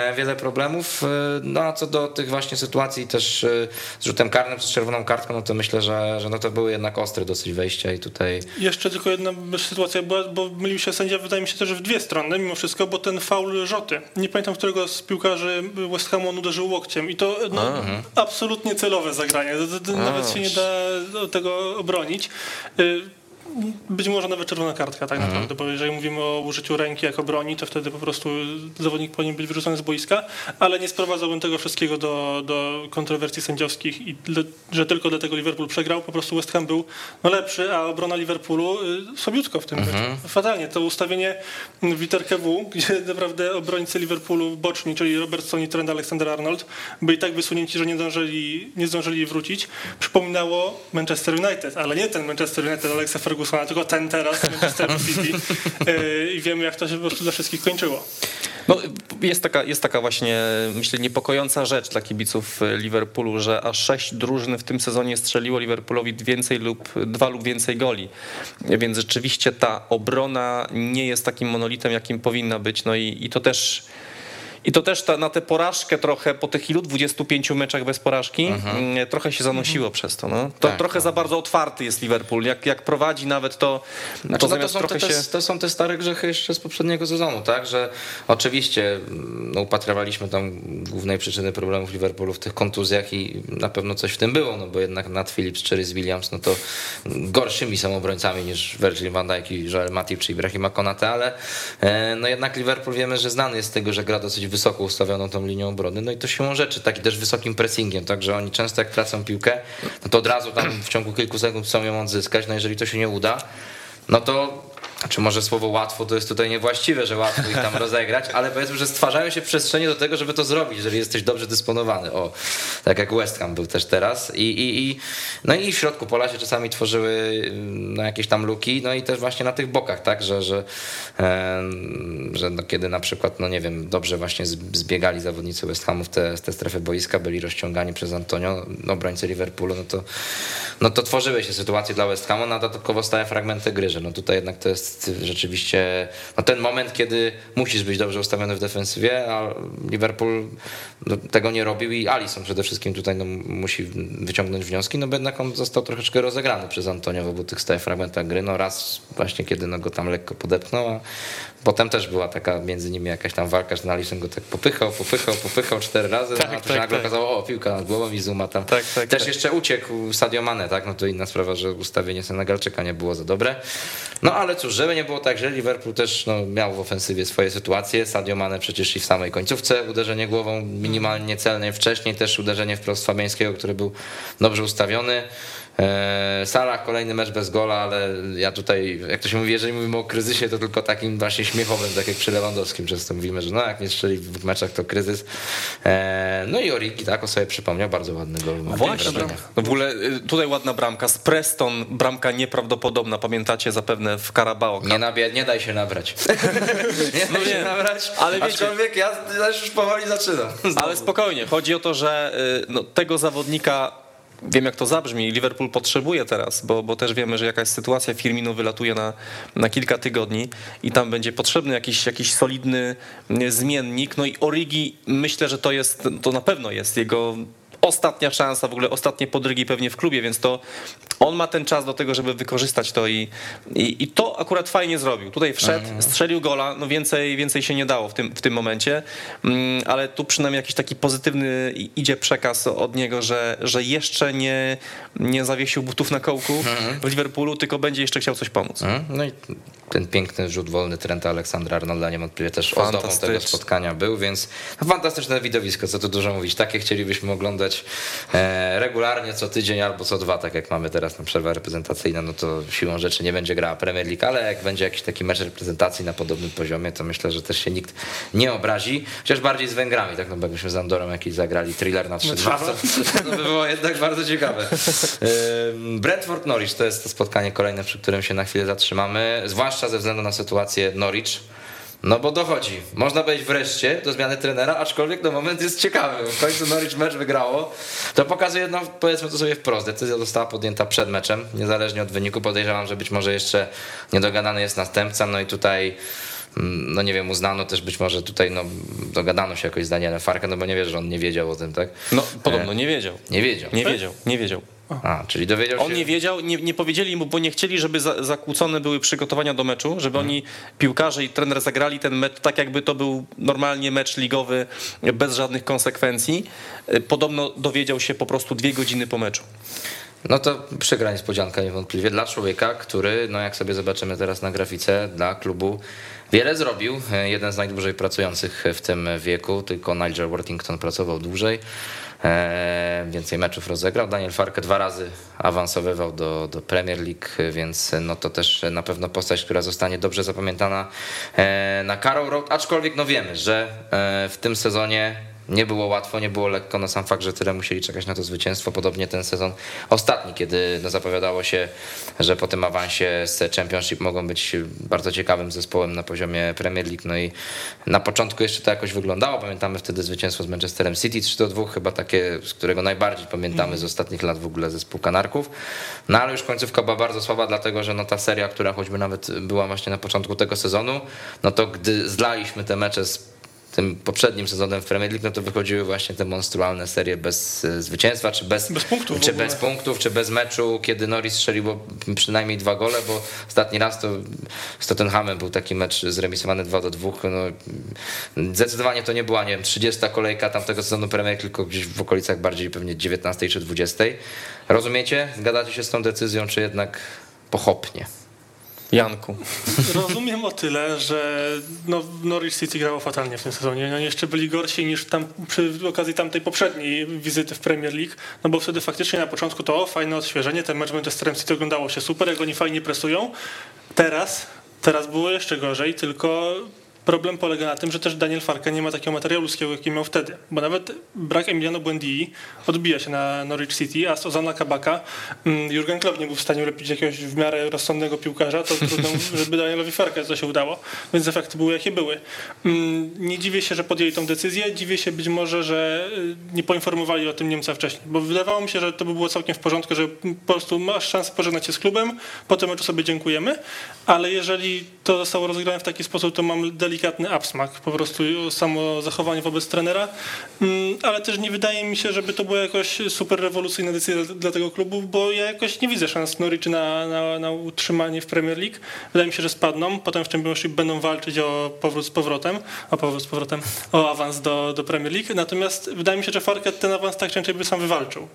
wiele problemów. No a co do tych właśnie sytuacji też z rzutem karnym czy z czerwoną kartką, no to myślę, że, że no to były jednak ostre dosyć wejścia i tutaj... Jeszcze tylko jedna sytuacja była, bo mylił się sędzia, wydaje mi się też w dwie strony mimo wszystko, bo ten faul Rzoty. Nie pamiętam, którego z piłkarzy West Hamu on uderzył łokciem i to no, absolutnie celowe zagranie. To, to, to nawet się nie da tego obronić. Być może nawet czerwona kartka tak naprawdę, mhm. bo jeżeli mówimy o użyciu ręki jako broni, to wtedy po prostu zawodnik powinien być wyrzucony z boiska, ale nie sprowadzałbym tego wszystkiego do, do kontrowersji sędziowskich i że tylko dlatego Liverpool przegrał. Po prostu West Ham był no, lepszy, a obrona Liverpoolu słabiutko w tym mhm. meczu. Fatalnie. To ustawienie w literkę W, gdzie naprawdę obrońcy Liverpoolu boczni, czyli Robertson i Trent Alexander-Arnold, byli tak wysunięci, że nie zdążyli, nie zdążyli wrócić. Przypominało Manchester United, ale nie ten Manchester United Alexa Fergusona, tylko ten teraz Manchester City i wiemy, jak to się po prostu dla wszystkich kończyło. No, jest taka, jest taka właśnie, myślę, niepokojąca rzecz dla kibiców Liverpoolu, że aż sześć drużyn w tym sezonie strzeliło Liverpoolowi więcej lub dwa lub więcej goli. Więc rzeczywiście ta obrona nie jest takim monolitem, jakim powinna być. No i, i to też... I to też ta, na tę porażkę trochę po tych ilu dwudziestu pięciu meczach bez porażki mhm. trochę się zanosiło mhm. przez to. No. To tak, trochę tak. za bardzo otwarty jest Liverpool. Jak, jak prowadzi nawet to, znaczy, to no zamiast to są trochę te, się... To są te stare grzechy jeszcze z poprzedniego sezonu, tak? Że oczywiście no, upatrywaliśmy tam głównej przyczyny problemów Liverpoolu w tych kontuzjach i na pewno coś w tym było, no bo jednak Nat Phillips czy Rhys Williams, no to gorszymi są obrońcami niż Virgil van Dijk i Joel Matip czy Ibrahima Konate, ale no jednak Liverpool wiemy, że znany jest z tego, że gra dosyć wysoko ustawioną tą linią obrony, no i to siłą rzeczy, tak i też wysokim pressingiem, także oni często jak tracą piłkę, no to od razu tam w ciągu kilku sekund chcą ją odzyskać, no jeżeli to się nie uda, no to Znaczy może słowo łatwo to jest tutaj niewłaściwe, że łatwo ich tam rozegrać, ale powiedzmy, że stwarzają się przestrzenie do tego, żeby to zrobić, jeżeli jesteś dobrze dysponowany. O, tak jak West Ham był też teraz. I, i, i, no i w środku pola się czasami tworzyły no, jakieś tam luki, no i też właśnie na tych bokach, tak, że, że, e, że no, kiedy na przykład, no nie wiem, dobrze właśnie zbiegali zawodnicy West Hamu w te, te strefy boiska, byli rozciągani przez Antonio, obrońcy Liverpoolu, no to, no to tworzyły się sytuacje dla West Hamu, no a dodatkowo stałe fragmenty gry, że no tutaj jednak to jest rzeczywiście no ten moment, kiedy musisz być dobrze ustawiony w defensywie, a Liverpool no, tego nie robił i Alisson przede wszystkim tutaj no, musi wyciągnąć wnioski, no bo jednak on został troszeczkę rozegrany przez Antonio w obu tych stałych fragmentach gry, no raz właśnie kiedy no, go tam lekko podepnął, a potem też była taka między nimi jakaś tam walka, że Alisson go tak popychał, popychał, popychał cztery razy, tak, no, a to tak, się nagle tak. okazało, o piłka nad głową i Zuma tam tak, tak, też tak. jeszcze uciekł Sadio Mane, tak, no to inna sprawa, że ustawienie Senegalczyka nie było za dobre, no ale cóż, żeby nie było tak, że Liverpool też no, miał w ofensywie swoje sytuacje, Sadio Mane przecież i w samej końcówce uderzenie głową minimalnie celnej, wcześniej też uderzenie wprost Fabiańskiego, który był dobrze ustawiony. Salah kolejny mecz bez gola, ale ja tutaj, jak to się mówi, jeżeli mówimy o kryzysie, to tylko takim właśnie śmiechowym, tak jak przy Lewandowskim często mówimy, że no jak nie strzeli w dwóch meczach, to kryzys. No i Origi, tak, o sobie przypomniał, bardzo ładny gol. Właśnie, no w ogóle tutaj ładna bramka, z Preston, bramka nieprawdopodobna, pamiętacie zapewne w Carabao Cup. Nie, nabie, nie daj się nabrać. nie no daj nie, się nabrać, ale aczkolwiek ja też już powoli zaczynam. Znowu. Ale spokojnie, chodzi o to, że no, tego zawodnika wiem, jak to zabrzmi, Liverpool potrzebuje teraz, bo, bo też wiemy, że jakaś sytuacja, Firmino wylatuje na, na kilka tygodni i tam będzie potrzebny jakiś, jakiś solidny zmiennik. No i Origi, myślę, że to jest, to na pewno jest jego ostatnia szansa, w ogóle ostatnie podrygi pewnie w klubie, więc to on ma ten czas do tego, żeby wykorzystać to i, i, i to akurat fajnie zrobił. Tutaj wszedł, strzelił gola, no więcej, więcej się nie dało w tym, w tym momencie, ale tu przynajmniej jakiś taki pozytywny idzie przekaz od niego, że, że jeszcze nie, nie zawiesił butów na kołku w Liverpoolu, tylko będzie jeszcze chciał coś pomóc. No i ten piękny rzut wolny Trenta Alexander-Arnolda niewątpliwie też ozdobą tego spotkania był, więc fantastyczne widowisko, co tu dużo mówić. Takie chcielibyśmy oglądać regularnie co tydzień albo co dwa, tak jak mamy teraz na przerwę reprezentacyjną, no to siłą rzeczy nie będzie grała Premier League, ale jak będzie jakiś taki mecz reprezentacji na podobnym poziomie, to myślę, że też się nikt nie obrazi, chociaż bardziej z Węgrami, tak no bo jakbyśmy z Andorą jakiś zagrali thriller na trzy dwa, to, to by było jednak bardzo ciekawe. Brentford Norwich to jest to spotkanie kolejne, przy którym się na chwilę zatrzymamy, zwłaszcza ze względu na sytuację Norwich. No bo dochodzi, można powiedzieć wreszcie do zmiany trenera, aczkolwiek no moment jest ciekawy. W końcu Norwich mecz wygrało. To pokazuje, no powiedzmy to sobie wprost, decyzja została podjęta przed meczem, niezależnie od wyniku. Podejrzewam, że być może jeszcze niedogadany jest następca, no i tutaj no nie wiem, uznano też być może tutaj, no dogadano się jakoś z Danielem Farke, no bo nie wiesz, że on nie wiedział o tym, tak? No podobno nie wiedział. Nie wiedział. Nie wiedział, nie wiedział. A, czyli dowiedział się... On nie wiedział, nie, nie powiedzieli mu, bo nie chcieli, żeby za, zakłócone były przygotowania do meczu, żeby hmm. oni, piłkarze i trener zagrali ten mecz tak, jakby to był normalnie mecz ligowy, bez żadnych konsekwencji. Podobno dowiedział się po prostu dwie godziny po meczu. No to przykra niespodzianka niewątpliwie dla człowieka, który, no jak sobie zobaczymy teraz na grafice, dla klubu wiele zrobił. Jeden z najdłużej pracujących w tym wieku, tylko Nigel Worthington pracował dłużej. Więcej meczów rozegrał. Daniel Farke dwa razy awansowywał do, do Premier League, więc no to też na pewno postać, która zostanie dobrze zapamiętana na Carrow Road, aczkolwiek no wiemy, że w tym sezonie nie było łatwo, nie było lekko, no sam fakt, że tyle musieli czekać na to zwycięstwo, podobnie ten sezon ostatni, kiedy no zapowiadało się, że po tym awansie z Championship mogą być bardzo ciekawym zespołem na poziomie Premier League, no i na początku jeszcze to jakoś wyglądało, pamiętamy wtedy zwycięstwo z Manchesterem City trzy do dwóch, chyba takie, z którego najbardziej pamiętamy z ostatnich lat w ogóle zespół Kanarków, no ale już końcówka była bardzo słaba, dlatego że no ta seria, która choćby nawet była właśnie na początku tego sezonu, no to gdy zlaliśmy te mecze z tym poprzednim sezonem w Premier League, no to wychodziły właśnie te monstrualne serie bez zwycięstwa, czy bez, bez punktów, czy bez punktów, czy bez meczu, kiedy Norwich strzeliło przynajmniej dwa gole, bo ostatni raz to z Tottenhamem był taki mecz zremisowany dwa do dwóch. No, zdecydowanie to nie była, nie wiem, trzydziesta kolejka tamtego sezonu Premier League, tylko gdzieś w okolicach bardziej pewnie dziewiętnastej czy dwudziestej. Rozumiecie? Zgadzacie się z tą decyzją, czy jednak pochopnie? Janku. Rozumiem o tyle, że no, Norwich City grało fatalnie w tym sezonie. Oni jeszcze byli gorsi niż tam przy okazji tamtej poprzedniej wizyty w Premier League, no bo wtedy faktycznie na początku to fajne odświeżenie, ten mecz z Manchesterem City oglądało się super, jak oni fajnie presują. Teraz, teraz było jeszcze gorzej, tylko problem polega na tym, że też Daniel Farke nie ma takiego materiału ludzkiego, jaki miał wtedy. Bo nawet brak Emiliano Buendii odbija się na Norwich City, a z Ozana Kabaka Jurgen Klopp nie był w stanie ulepić jakiegoś w miarę rozsądnego piłkarza, to trudno, żeby Danielowi Farke to się udało. Więc efekty były jakie były. Nie dziwię się, że podjęli tą decyzję. Dziwię się być może, że nie poinformowali o tym Niemca wcześniej. Bo wydawało mi się, że to by było całkiem w porządku, że po prostu masz szansę pożegnać się z klubem, po tym meczu sobie dziękujemy. Ale jeżeli to zostało rozegrane w taki sposób, to mam delikatny delikatny absmak, po prostu samo zachowanie wobec trenera, ale też nie wydaje mi się, żeby to była jakoś super rewolucyjna decyzja dla tego klubu, bo ja jakoś nie widzę szans Norwich na, na, na utrzymanie w Premier League. Wydaje mi się, że spadną, potem w Championship będą walczyć o powrót z powrotem, o powrót z powrotem, o awans do, do Premier League, natomiast wydaje mi się, że Farke ten awans tak czy inaczej by sam wywalczył.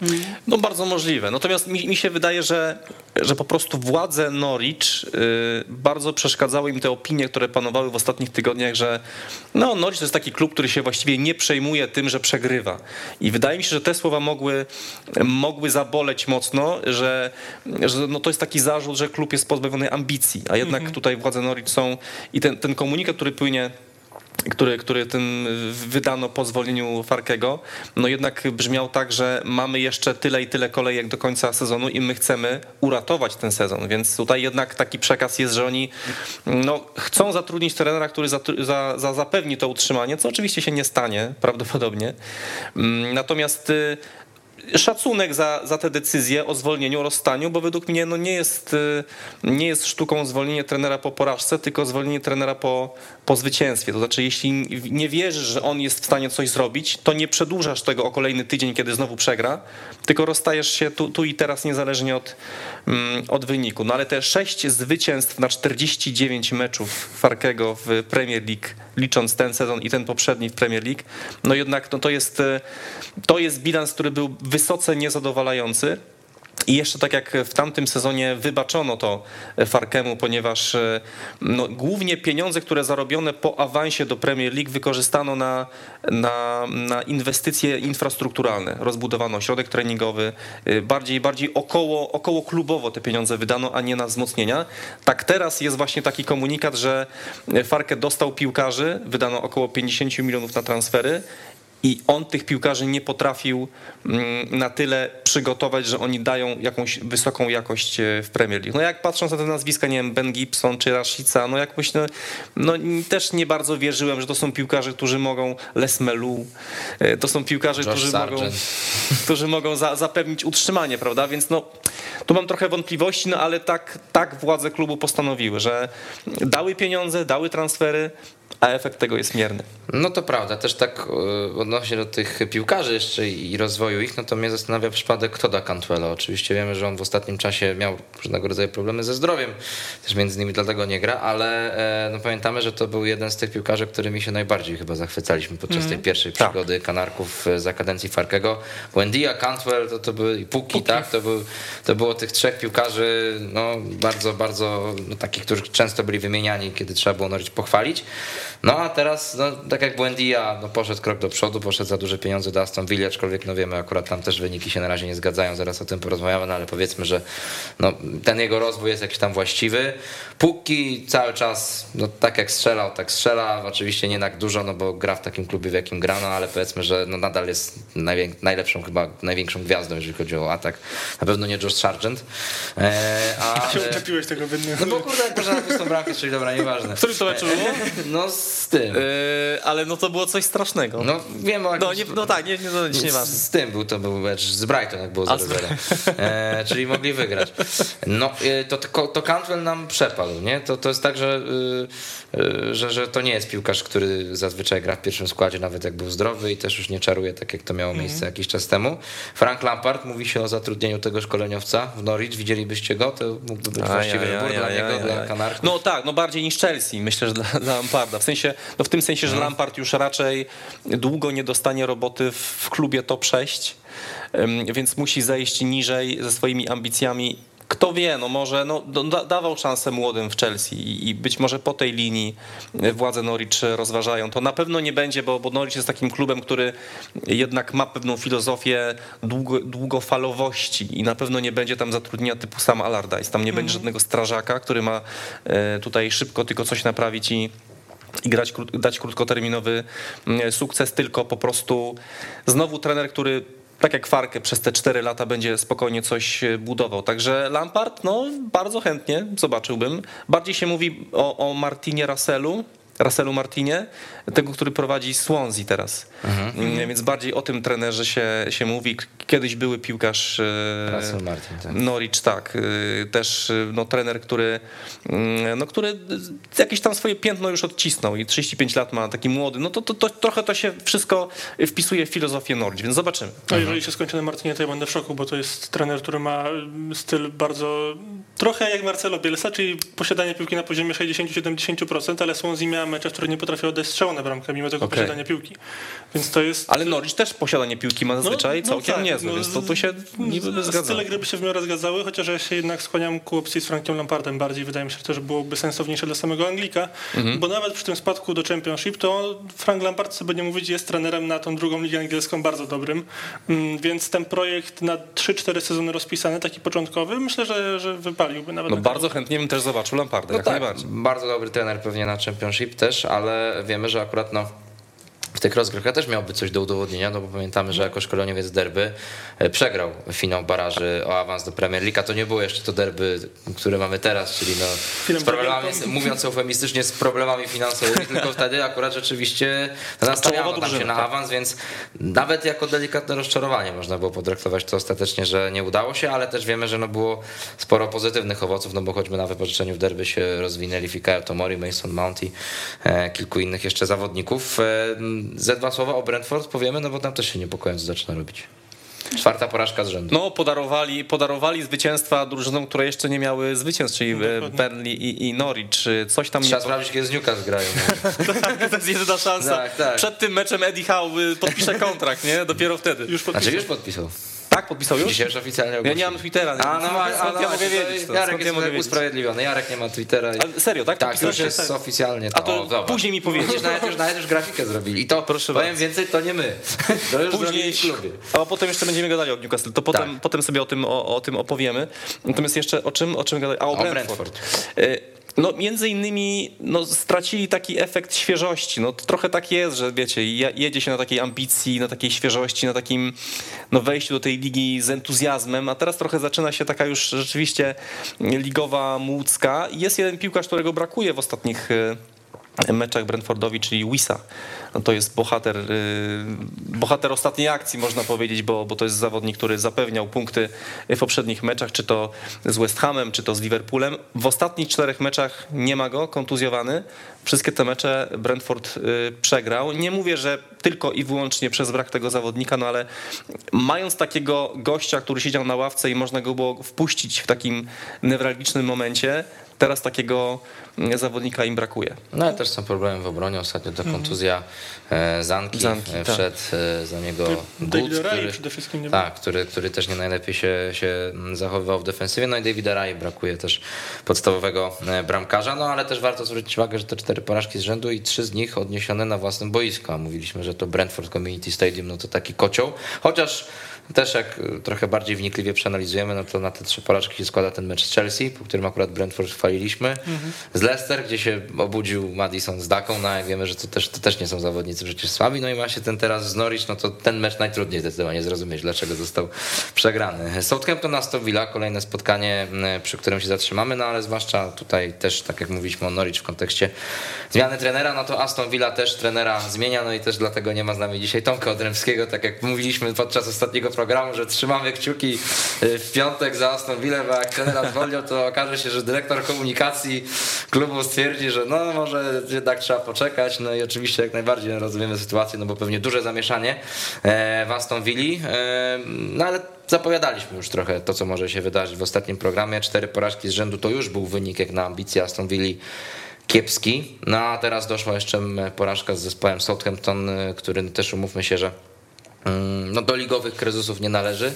No bardzo możliwe. Natomiast mi, mi się wydaje, że, że po prostu władze Norwich y, bardzo przeszkadzały im te opinie, które panowały w ostatnich tygodniach, że no, Norwich to jest taki klub, który się właściwie nie przejmuje tym, że przegrywa. I wydaje mi się, że te słowa mogły, mogły zaboleć mocno, że, że no, to jest taki zarzut, że klub jest pozbawiony ambicji, a jednak mhm. tutaj władze Norwich są i ten, ten komunikat, który płynie Który, który tym wydano po zwolnieniu Farkego, no jednak brzmiał tak, że mamy jeszcze tyle i tyle kolejek do końca sezonu i my chcemy uratować ten sezon, więc tutaj jednak taki przekaz jest, że oni no, chcą zatrudnić trenera, który za, za, za zapewni to utrzymanie, co oczywiście się nie stanie prawdopodobnie, natomiast szacunek za, za te decyzje o zwolnieniu, o rozstaniu, bo według mnie no nie, jest, nie jest sztuką zwolnienie trenera po porażce, tylko zwolnienie trenera po, po zwycięstwie. To znaczy, jeśli nie wierzysz, że on jest w stanie coś zrobić, to nie przedłużasz tego o kolejny tydzień, kiedy znowu przegra, tylko rozstajesz się tu, tu i teraz niezależnie od, od wyniku. No ale te sześć zwycięstw na czterdzieści dziewięć meczów Farkego w Premier League, licząc ten sezon i ten poprzedni w Premier League, no jednak no to, jest, to jest bilans, który był wysoce niezadowalający. I jeszcze tak jak w tamtym sezonie wybaczono to Farkemu, ponieważ no, głównie pieniądze, które zarobione po awansie do Premier League wykorzystano na, na, na inwestycje infrastrukturalne. Rozbudowano ośrodek treningowy, bardziej, bardziej około, około klubowo te pieniądze wydano, a nie na wzmocnienia. Tak teraz jest właśnie taki komunikat, że Farke dostał piłkarzy, wydano około pięćdziesiąt milionów na transfery i on tych piłkarzy nie potrafił na tyle przygotować, że oni dają jakąś wysoką jakość w Premier League. No jak patrząc na te nazwiska, nie wiem, Ben Gibson czy Rashica, no jakoś no, no też nie bardzo wierzyłem, że to są piłkarze, którzy mogą, Les Melu, to są piłkarze, Josh którzy Sargent. mogą, którzy mogą za, zapewnić utrzymanie, prawda? Więc no tu mam trochę wątpliwości, no ale tak, tak władze klubu postanowiły, że dały pieniądze, dały transfery, a efekt tego jest mierny. No to prawda, też tak odnośnie do tych piłkarzy jeszcze i rozwoju ich, no to mnie zastanawia przypadek Todda Cantwella. Oczywiście wiemy, że on w ostatnim czasie miał różnego rodzaju problemy ze zdrowiem, też między innymi dlatego nie gra, ale no pamiętamy, że to był jeden z tych piłkarzy, którymi się najbardziej chyba zachwycaliśmy podczas mm. tej pierwszej tak. przygody Kanarków za kadencji Farkego. Buendia, Cantwell, to, to były i Puki, tak? To, był, to było tych trzech piłkarzy, no bardzo, bardzo no, takich, którzy często byli wymieniani, kiedy trzeba było Norwich pochwalić. No a teraz, no, tak jak Buendia, no, poszedł krok do przodu, poszedł za duże pieniądze do Aston Villa, aczkolwiek no wiemy, akurat tam też wyniki się na razie nie zgadzają, zaraz o tym porozmawiamy, no ale powiedzmy, że no, ten jego rozwój jest jakiś tam właściwy. Pukki cały czas, no tak jak strzelał, tak strzela, oczywiście nie tak dużo, no bo gra w takim klubie, w jakim gra, no ale powiedzmy, że no, nadal jest najwię- najlepszą chyba, największą gwiazdą, jeżeli chodzi o atak. Na pewno nie Josh Sargent. E, a, się uczepiłeś tego biednego. no bo kurde, jak można na pustą bramkę, czyli dobra, nieważne. W którym to meczu było? No z tym. Yy, ale no to było coś strasznego. No wiem o No, jakimś... nie, no tak, nie, nie, no, nic nie ważne. Z, z tym był, to był mecz z Brighton, jak było zero zero. E, czyli mogli wygrać. No e, to, to, to Cantwell nam przepadł, nie? To, to jest tak, że, e, e, że, że to nie jest piłkarz, który zazwyczaj gra w pierwszym składzie, nawet jak był zdrowy i też już nie czaruje tak, jak to miało miejsce mm. jakiś czas temu. Frank Lampard, mówi się o zatrudnieniu tego szkoleniowca w Norwich, widzielibyście go? To mógłby być A, właściwy ja, ja, wybór ja, dla ja, niego, ja, dla ja. Kanarków. No tak, no bardziej niż Chelsea, myślę, że dla, dla Lamparda. W sensie, no w tym sensie, że No. Lampard już raczej długo nie dostanie roboty w klubie top sześć, więc musi zejść niżej ze swoimi ambicjami. Kto wie, no może no, da, dawał szansę młodym w Chelsea i, i być może po tej linii władze Norwich rozważają. To na pewno nie będzie, bo, bo Norwich jest takim klubem, który jednak ma pewną filozofię długo, długofalowości i na pewno nie będzie tam zatrudnienia typu Sam Allardyce. Tam nie będzie żadnego strażaka, który ma tutaj szybko tylko coś naprawić i i grać, dać krótkoterminowy sukces, tylko po prostu znowu trener, który tak jak Farke przez te cztery lata będzie spokojnie coś budował. Także Lampard, no bardzo chętnie zobaczyłbym. Bardziej się mówi o, o Martinie Russellu, Russellu Martinie, tego, który prowadzi Swansea teraz. Mhm. Więc bardziej o tym trenerze się, się mówi. Kiedyś były piłkarz Russell Martin, tak. Norwich, tak. Też no, trener, który, no, który jakieś tam swoje piętno już odcisnął i trzydzieści pięć lat ma, taki młody. No to, to, to trochę to się wszystko wpisuje w filozofię Norwich, więc zobaczymy. A jeżeli się skończy na Martinie, to ja będę w szoku, bo to jest trener, który ma styl bardzo, trochę jak Marcelo Bielsa, czyli posiadanie piłki na poziomie sześćdziesiąt do siedemdziesięciu procent, ale Swansea miała mecze, w których nie potrafił oddać strzału na bramkę, mimo tego Okay. posiadania piłki. Więc to jest... Ale Norwich też posiadanie piłki ma zazwyczaj no, no całkiem tak, niezłe, no, więc to tu się niby by zgadzało. Style gry by się w miarę zgadzały, chociaż ja się jednak skłaniam ku opcji z Frankiem Lampardem bardziej. Wydaje mi się, że to że byłoby sensowniejsze dla samego Anglika, mhm. bo nawet przy tym spadku do Championship to Frank Lampard, co by nie mówić, jest trenerem na tą drugą ligę angielską bardzo dobrym, więc ten projekt na trzy cztery sezony rozpisany, taki początkowy, myślę, że, że wypaliłby nawet. No bardzo chętnie bym też zobaczył Lamparda, No jak tak, najbardziej. bardzo dobry trener pewnie na Championship też, ale wiemy, że akurat no w tych rozgrywkach też miałby coś do udowodnienia, no bo pamiętamy, że jako szkoleniowiec derby przegrał finał baraży o awans do Premier League, a to nie było jeszcze to derby, które mamy teraz, czyli no z problemami, mówiąc eufemistycznie, z problemami finansowymi, tylko wtedy akurat rzeczywiście nastawiano tam się na awans, więc nawet jako delikatne rozczarowanie można było potraktować to ostatecznie, że nie udało się, ale też wiemy, że no było sporo pozytywnych owoców, no bo choćby na wypożyczeniu w derby się rozwinęli Fikayo Tomori, Mason Mount i e, kilku innych jeszcze zawodników. E, Ze dwa słowa o Brentford powiemy, no bo tam też się niepokojąco zaczyna robić. Czwarta porażka z rzędu. No podarowali, podarowali zwycięstwa drużynom, które jeszcze nie miały zwycięstw, czyli no, Burnley i, i Norwich. Trzeba tam Trzeba nie... sprawdzić, kiedy z Newcastle grają. Tak, to jest jedyna szansa. Tak, tak. Przed tym meczem Eddie Howe podpisze kontrakt, nie? Dopiero wtedy. Już podpisał. Znaczy już podpisał. Tak, podpisał już? Dzisiaj już oficjalnie Ja nie mam Twittera. A no, a, skąd no, ja mogę wiedzieć? To? Jarek Skąd jest ja mogę usprawiedliwiony. Jarek nie ma Twittera. I... Ale serio, tak? Tak, to już jest tak. oficjalnie. To, A to o, później mi powiedzieć. Widzisz, nawet, już, nawet już grafikę zrobili. I to, Proszę powiem bardzo. więcej, to nie my. To już Później, w klubie. a potem jeszcze będziemy gadali o Newcastle, to potem, Tak. potem sobie o tym, o, o tym opowiemy. Natomiast jeszcze o czym, o czym gadali? A o, O Brentford. Brentford. Y, No między innymi no, stracili taki efekt świeżości. No, to trochę tak jest, że wiecie, jedzie się na takiej ambicji, na takiej świeżości, na takim no, wejściu do tej ligi z entuzjazmem, a teraz trochę zaczyna się taka już rzeczywiście ligowa młódzka. Jest jeden piłkarz, którego brakuje w ostatnich meczach Brentfordowi, czyli Wissa. No to jest bohater, bohater ostatniej akcji, można powiedzieć, bo, bo to jest zawodnik, który zapewniał punkty w poprzednich meczach, czy to z West Hamem, czy to z Liverpoolem. W ostatnich czterech meczach nie ma go, kontuzjowany. Wszystkie te mecze Brentford przegrał. Nie mówię, że tylko i wyłącznie przez brak tego zawodnika, no ale mając takiego gościa, który siedział na ławce i można go było wpuścić w takim newralgicznym momencie, teraz takiego zawodnika im brakuje. No ale też są problemy w obronie. Ostatnio to kontuzja e, Zanki, Zanki wszedł tak. za niego Gut, który, przede wszystkim nie tak, który, który też nie najlepiej się, się zachowywał w defensywie. No i Davida Rai brakuje też podstawowego bramkarza, no ale też warto zwrócić uwagę, że te cztery porażki z rzędu i trzy z nich odniesione na własnym boisku. A mówiliśmy, że to Brentford Community Stadium, no to taki kocioł. Chociaż też jak trochę bardziej wnikliwie przeanalizujemy, no to na te trzy porażki się składa ten mecz z Chelsea, po którym akurat Brentford chwaliliśmy, mhm. z Leicester, gdzie się obudził Maddison z Daką, no jak wiemy, że to też, to też nie są zawodnicy przecież słabi, no i ma się ten teraz z Norwich, no to ten mecz najtrudniej zdecydowanie zrozumieć, dlaczego został przegrany. Southampton Aston Villa, kolejne spotkanie, przy którym się zatrzymamy, no ale zwłaszcza tutaj też, tak jak mówiliśmy o Norwich w kontekście zmiany trenera, no to Aston Villa też trenera zmienia, no i też dlatego nie ma z nami dzisiaj Tomka Odremskiego, tak jak mówiliśmy podczas ostatniego programu, że trzymamy kciuki w piątek za Aston Villa, bo jak trenera zwolnią, to okaże się, że dyrektor komunikacji klubu stwierdzi, że no może jednak trzeba poczekać, no i oczywiście jak najbardziej rozumiemy sytuację, no bo pewnie duże zamieszanie w Aston Villi, no ale zapowiadaliśmy już trochę to, co może się wydarzyć w ostatnim programie. Cztery porażki z rzędu to już był wynik jak na ambicje Aston Villi kiepski, no a teraz doszła jeszcze porażka z zespołem Southampton, który też umówmy się, że no do ligowych kryzysów nie należy.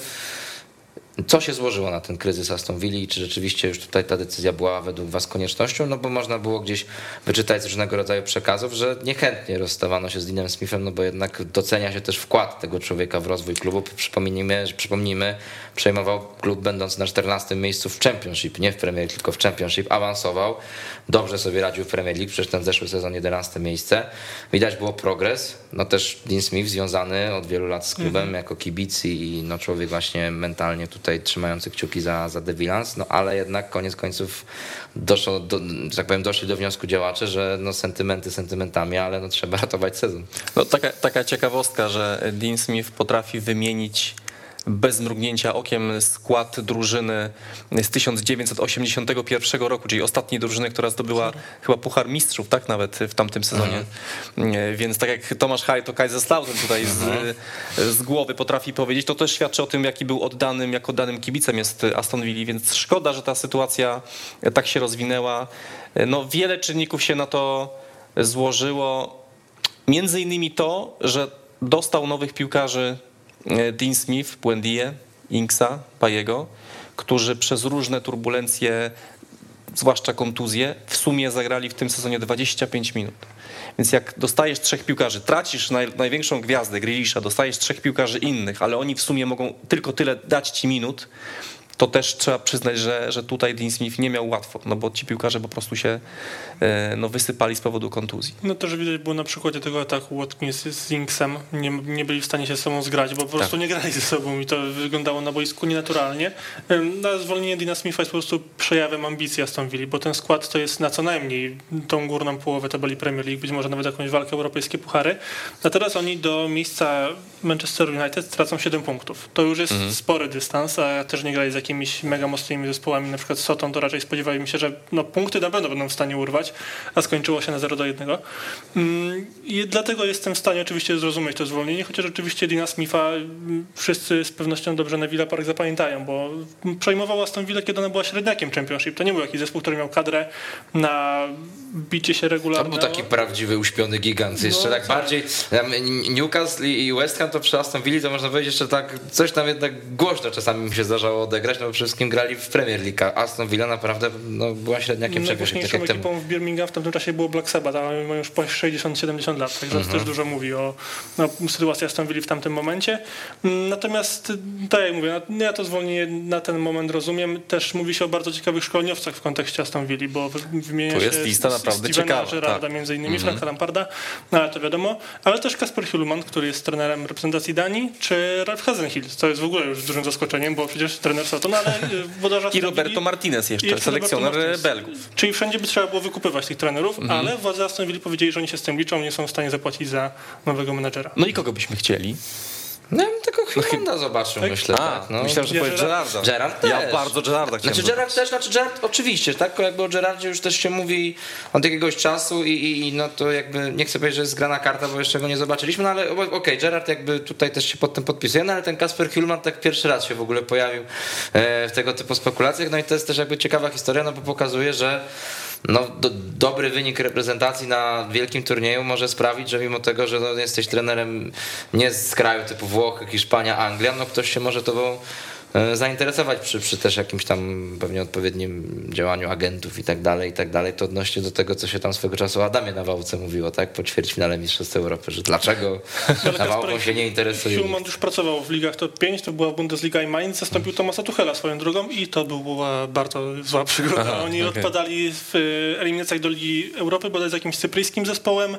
Co się złożyło na ten kryzys Aston Villa i czy rzeczywiście już tutaj ta decyzja była według was koniecznością? No bo można było gdzieś wyczytać z różnego rodzaju przekazów, że niechętnie rozstawano się z Deanem Smithem, no bo jednak docenia się też wkład tego człowieka w rozwój klubu. Przypomnijmy, przypomnijmy przejmował klub będąc na czternastym miejscu w Championship, nie w Premier League, tylko w Championship, awansował, dobrze sobie radził w Premier League, przecież ten zeszły sezon jedenaste miejsce. Widać było progres, no też Dean Smith związany od wielu lat z klubem mm-hmm. jako kibic i no człowiek właśnie mentalnie tutaj trzymający kciuki za, za The Villans, no ale jednak koniec końców doszło, do, że tak powiem, doszli do wniosku działacze, że no sentymenty sentymentami, ale no trzeba ratować sezon. No taka, taka ciekawostka, że Dean Smith potrafi wymienić bez mrugnięcia okiem skład drużyny z tysiąc dziewięćset osiemdziesiątego pierwszego roku, czyli ostatniej drużyny, która zdobyła chyba Puchar Mistrzów, tak nawet w tamtym sezonie. Mhm. Więc tak jak Tomasz Haj to Kaiserslautern tutaj mhm. z, z głowy potrafi powiedzieć, to też świadczy o tym, jaki był oddanym, jak oddanym kibicem jest Aston Villa, więc szkoda, że ta sytuacja tak się rozwinęła. No wiele czynników się na to złożyło, między innymi to, że dostał nowych piłkarzy Dean Smith, Buendia, Inksa, Payego, którzy przez różne turbulencje, zwłaszcza kontuzje, w sumie zagrali w tym sezonie dwadzieścia pięć minut. Więc jak dostajesz trzech piłkarzy, tracisz naj, największą gwiazdę Grealisha, dostajesz trzech piłkarzy innych, ale oni w sumie mogą tylko tyle dać ci minut, to też trzeba przyznać, że, że tutaj Dean Smith nie miał łatwo, no bo ci piłkarze po prostu się no, wysypali z powodu kontuzji. No też widać było na przykładzie tego ataku Watkins z Inksem, nie, nie byli w stanie się ze sobą zgrać, bo po prostu tak. nie grali ze sobą i to wyglądało na boisku nienaturalnie. No, zwolnienie Deana Smitha jest po prostu przejawem ambicji Aston Villa, bo ten skład to jest na co najmniej tą górną połowę tabeli Premier League, być może nawet jakąś walkę o europejskie puchary. A teraz oni do miejsca Manchester United tracą siedem punktów. To już jest mhm. spory dystans, a też nie grali z jakimiś mega mocnymi zespołami, na przykład Soton, to raczej spodziewali się, że no, punkty na pewno będą w stanie urwać, a skończyło się na zero do jednego. I dlatego jestem w stanie oczywiście zrozumieć to zwolnienie, chociaż oczywiście Deana Smitha wszyscy z pewnością dobrze na Villa Park zapamiętają, bo przejmował Aston Villa, kiedy ona była średniakiem Championship. To nie był jakiś zespół, który miał kadrę na bicie się regularnie. To był taki prawdziwy, uśpiony gigant. Jeszcze no, tak co? bardziej Newcastle i West Ham to przy Aston Villa to można powiedzieć jeszcze tak, coś tam jednak głośno czasami mi się zdarzało odegrać. wygrać, no bo przede wszystkim grali w Premier League, a Aston Villa naprawdę no, była średniakiem przewyższeń. Najgłośniejszą Tak jak ekipą w Birmingham w tamtym czasie było Black Sabbath, a oni mają już po sześćdziesiąt siedemdziesiąt lat, także mm-hmm. to też dużo mówi o no, sytuacji Aston Villa w tamtym momencie. Natomiast, tak jak mówię, ja to zwolnienie na ten moment rozumiem. Też mówi się o bardzo ciekawych szkoleniowcach w kontekście Aston Villa, bo wymienia to jest się lista naprawdę Stevena ciekawa, Gerrarda, tak. między innymi, Mm-hmm. Franka Lamparda, no ale to wiadomo, ale też Kasper Hjulmand, który jest trenerem reprezentacji Danii, czy Ralf Hasenhill, co jest w ogóle już dużym zaskoczeniem, bo przecież trener Soton, ale włodarza I Roberto Martinez jeszcze, selekcjoner Belgów. Czyli wszędzie by trzeba było wykupywać tych trenerów, mm-hmm. ale władze Aston Villa powiedzieli, że oni się z tym liczą, nie są w stanie zapłacić za nowego menedżera. No i kogo byśmy chcieli? No ja bym tego Hjulmanda zobaczył, tak? myślę. A, tak, no. myślałem, że Ja powiesz Gerrarda. Gerrard Ja też. bardzo Gerrarda chciałem. Znaczy Gerrard też, znaczy Gerrard oczywiście, tak, jakby o Gerrardzie już też się mówi od jakiegoś czasu i, i, i no to jakby, nie chcę powiedzieć, że jest zgrana karta, bo jeszcze go nie zobaczyliśmy, no ale okej, okay, Gerrard jakby tutaj też się pod tym podpisuje, no ale ten Kasper Hjulmand tak pierwszy raz się w ogóle pojawił w tego typu spekulacjach, no i to jest też jakby ciekawa historia, no bo pokazuje, że no, do, dobry wynik reprezentacji na wielkim turnieju może sprawić, że mimo tego, że no, jesteś trenerem nie z kraju typu Włochy, Hiszpania, Anglia, no ktoś się może tobą zainteresować przy, przy też jakimś tam pewnie odpowiednim działaniu agentów i tak dalej, i tak dalej. To odnośnie do tego, co się tam swego czasu o Adamie Nawałce mówiło, tak, po ćwierćfinale Mistrzostw Europy, że dlaczego Nawałką się nie interesuje. Hjulmand już pracował w ligach top pięć, to była Bundesliga i Mainz, zastąpił Thomasa Tuchela swoją drogą i to była bardzo zła przygoda. Aha, Oni okay. odpadali w eliminacjach do Ligi Europy, bodaj z jakimś cypryjskim zespołem,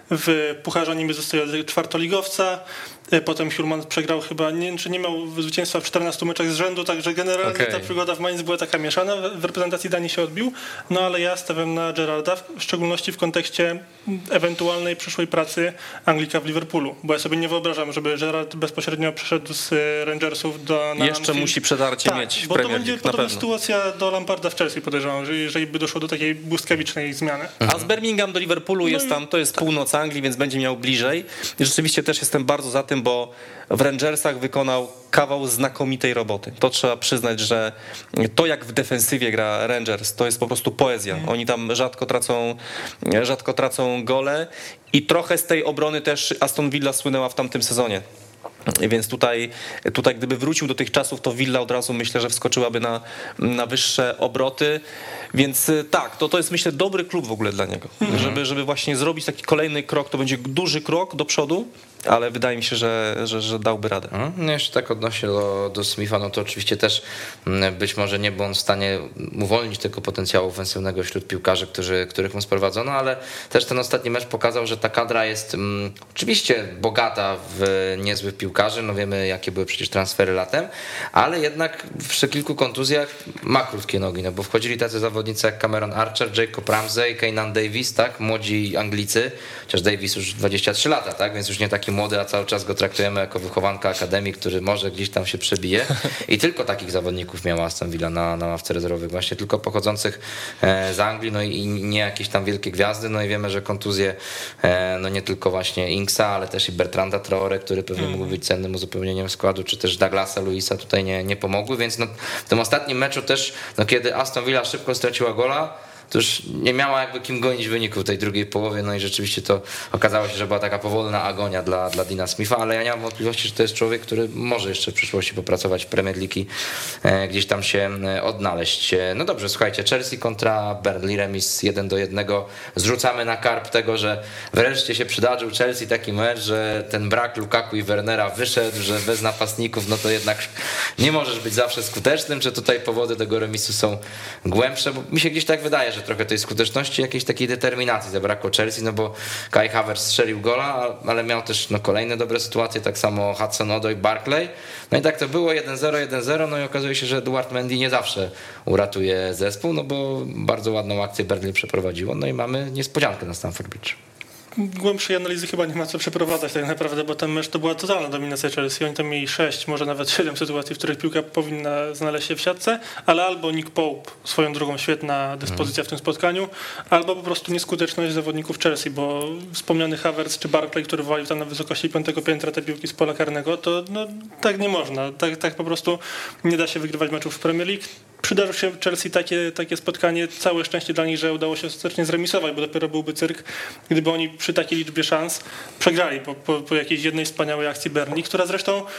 w pucharze niby zostali czwartoligowca. Potem Hjulmand przegrał chyba, nie wiem, czy nie miał zwycięstwa w czternastu meczach z rzędu, także generalnie okay. ta przygoda w Mainz była taka mieszana, w reprezentacji Danii się odbił, no ale ja stawiam na Gerrarda, w szczególności w kontekście ewentualnej przyszłej pracy Anglika w Liverpoolu, bo ja sobie nie wyobrażam, żeby Gerrard bezpośrednio przeszedł z Rangersów do na Jeszcze Anfield. Musi przetarcie tak, mieć w bo Premier to będzie League, na podobna pewno. sytuacja do Lamparda w Chelsea, podejrzewam, że jeżeli by doszło do takiej błyskawicznej zmiany. A z Birmingham do Liverpoolu jest tam, to jest północ Anglii, więc będzie miał bliżej. I rzeczywiście też jestem bardzo za tym, bo w Rangersach wykonał kawał znakomitej roboty. To trzeba przyznać, że to jak w defensywie gra Rangers, to jest po prostu poezja. Oni tam rzadko tracą, rzadko tracą gole i trochę z tej obrony też Aston Villa słynęła w tamtym sezonie. Więc tutaj, tutaj gdyby wrócił do tych czasów, to Villa od razu myślę, że wskoczyłaby na, na wyższe obroty. Więc tak, to, to jest myślę dobry klub w ogóle dla niego. Mhm. Żeby, żeby właśnie zrobić taki kolejny krok, to będzie duży krok do przodu, ale wydaje mi się, że, że, że dałby radę. No jeszcze tak odnośnie do, do Smitha, no to oczywiście też być może nie był on w stanie uwolnić tego potencjału ofensywnego wśród piłkarzy, którzy, których mu sprowadzono, ale też ten ostatni mecz pokazał, że ta kadra jest um, oczywiście bogata w niezłych piłkarzy, no wiemy jakie były przecież transfery latem, ale jednak przy kilku kontuzjach ma krótkie nogi, no bo wchodzili tacy zawodnicy jak Cameron Archer, Jacob Ramsey, Keynan Davis, tak, młodzi Anglicy, chociaż Davis już dwadzieścia trzy lata, tak, więc już nie taki młody, a cały czas go traktujemy jako wychowanka akademii, który może gdzieś tam się przebije i tylko takich zawodników miała Aston Villa na, na ławce rezerwowych, właśnie tylko pochodzących z Anglii, no i nie jakieś tam wielkie gwiazdy, no i wiemy, że kontuzje, no nie tylko właśnie Inksa, ale też i Bertranda Traore, który pewnie mógł być cennym uzupełnieniem składu, czy też Douglasa Luisa tutaj nie, nie pomogły, więc no, w tym ostatnim meczu też, no kiedy Aston Villa szybko straciła gola, to już nie miała jakby kim gonić wyniku w tej drugiej połowie, no i rzeczywiście to okazało się, że była taka powolna agonia dla, dla Deana Smitha, ale ja nie mam wątpliwości, że to jest człowiek, który może jeszcze w przyszłości popracować w Premier League i e, gdzieś tam się odnaleźć. No dobrze, słuchajcie, Chelsea kontra Burnley, remis jeden do jednego, zrzucamy na karb tego, że wreszcie się przydarzył Chelsea taki mecz, że ten brak Lukaku i Wernera wyszedł, że bez napastników, no to jednak nie możesz być zawsze skutecznym, czy tutaj powody tego remisu są głębsze, bo mi się gdzieś tak wydaje, że trochę tej skuteczności, jakiejś takiej determinacji zabrakło Chelsea, no bo Kai Havertz strzelił gola, ale miał też no, kolejne dobre sytuacje, tak samo Hudson-Odoi, Barkley. No i tak to było jeden zero, jeden zero, no i okazuje się, że Eduard Mendy nie zawsze uratuje zespół, no bo bardzo ładną akcję Burnley przeprowadziło, no i mamy niespodziankę na Stamford Bridge. Głębszej analizy chyba nie ma co przeprowadzać tak naprawdę, bo ten mecz to była totalna dominacja Chelsea. Oni tam mieli sześć, może nawet siedem sytuacji, w których piłka powinna znaleźć się w siatce, ale albo Nick Pope, swoją drugą świetna dyspozycja w tym spotkaniu, albo po prostu nieskuteczność zawodników Chelsea, bo wspomniany Havertz czy Barkley, który walił tam na wysokości piątego piętra te piłki z pola karnego, to no, tak nie można. Tak, tak po prostu nie da się wygrywać meczów w Premier League. Przydarzyło się Chelsea takie, takie spotkanie, całe szczęście dla nich, że udało się ostatecznie zremisować, bo dopiero byłby cyrk, gdyby oni przy takiej liczbie szans przegrali po, po, po jakiejś jednej wspaniałej akcji Burnley, która zresztą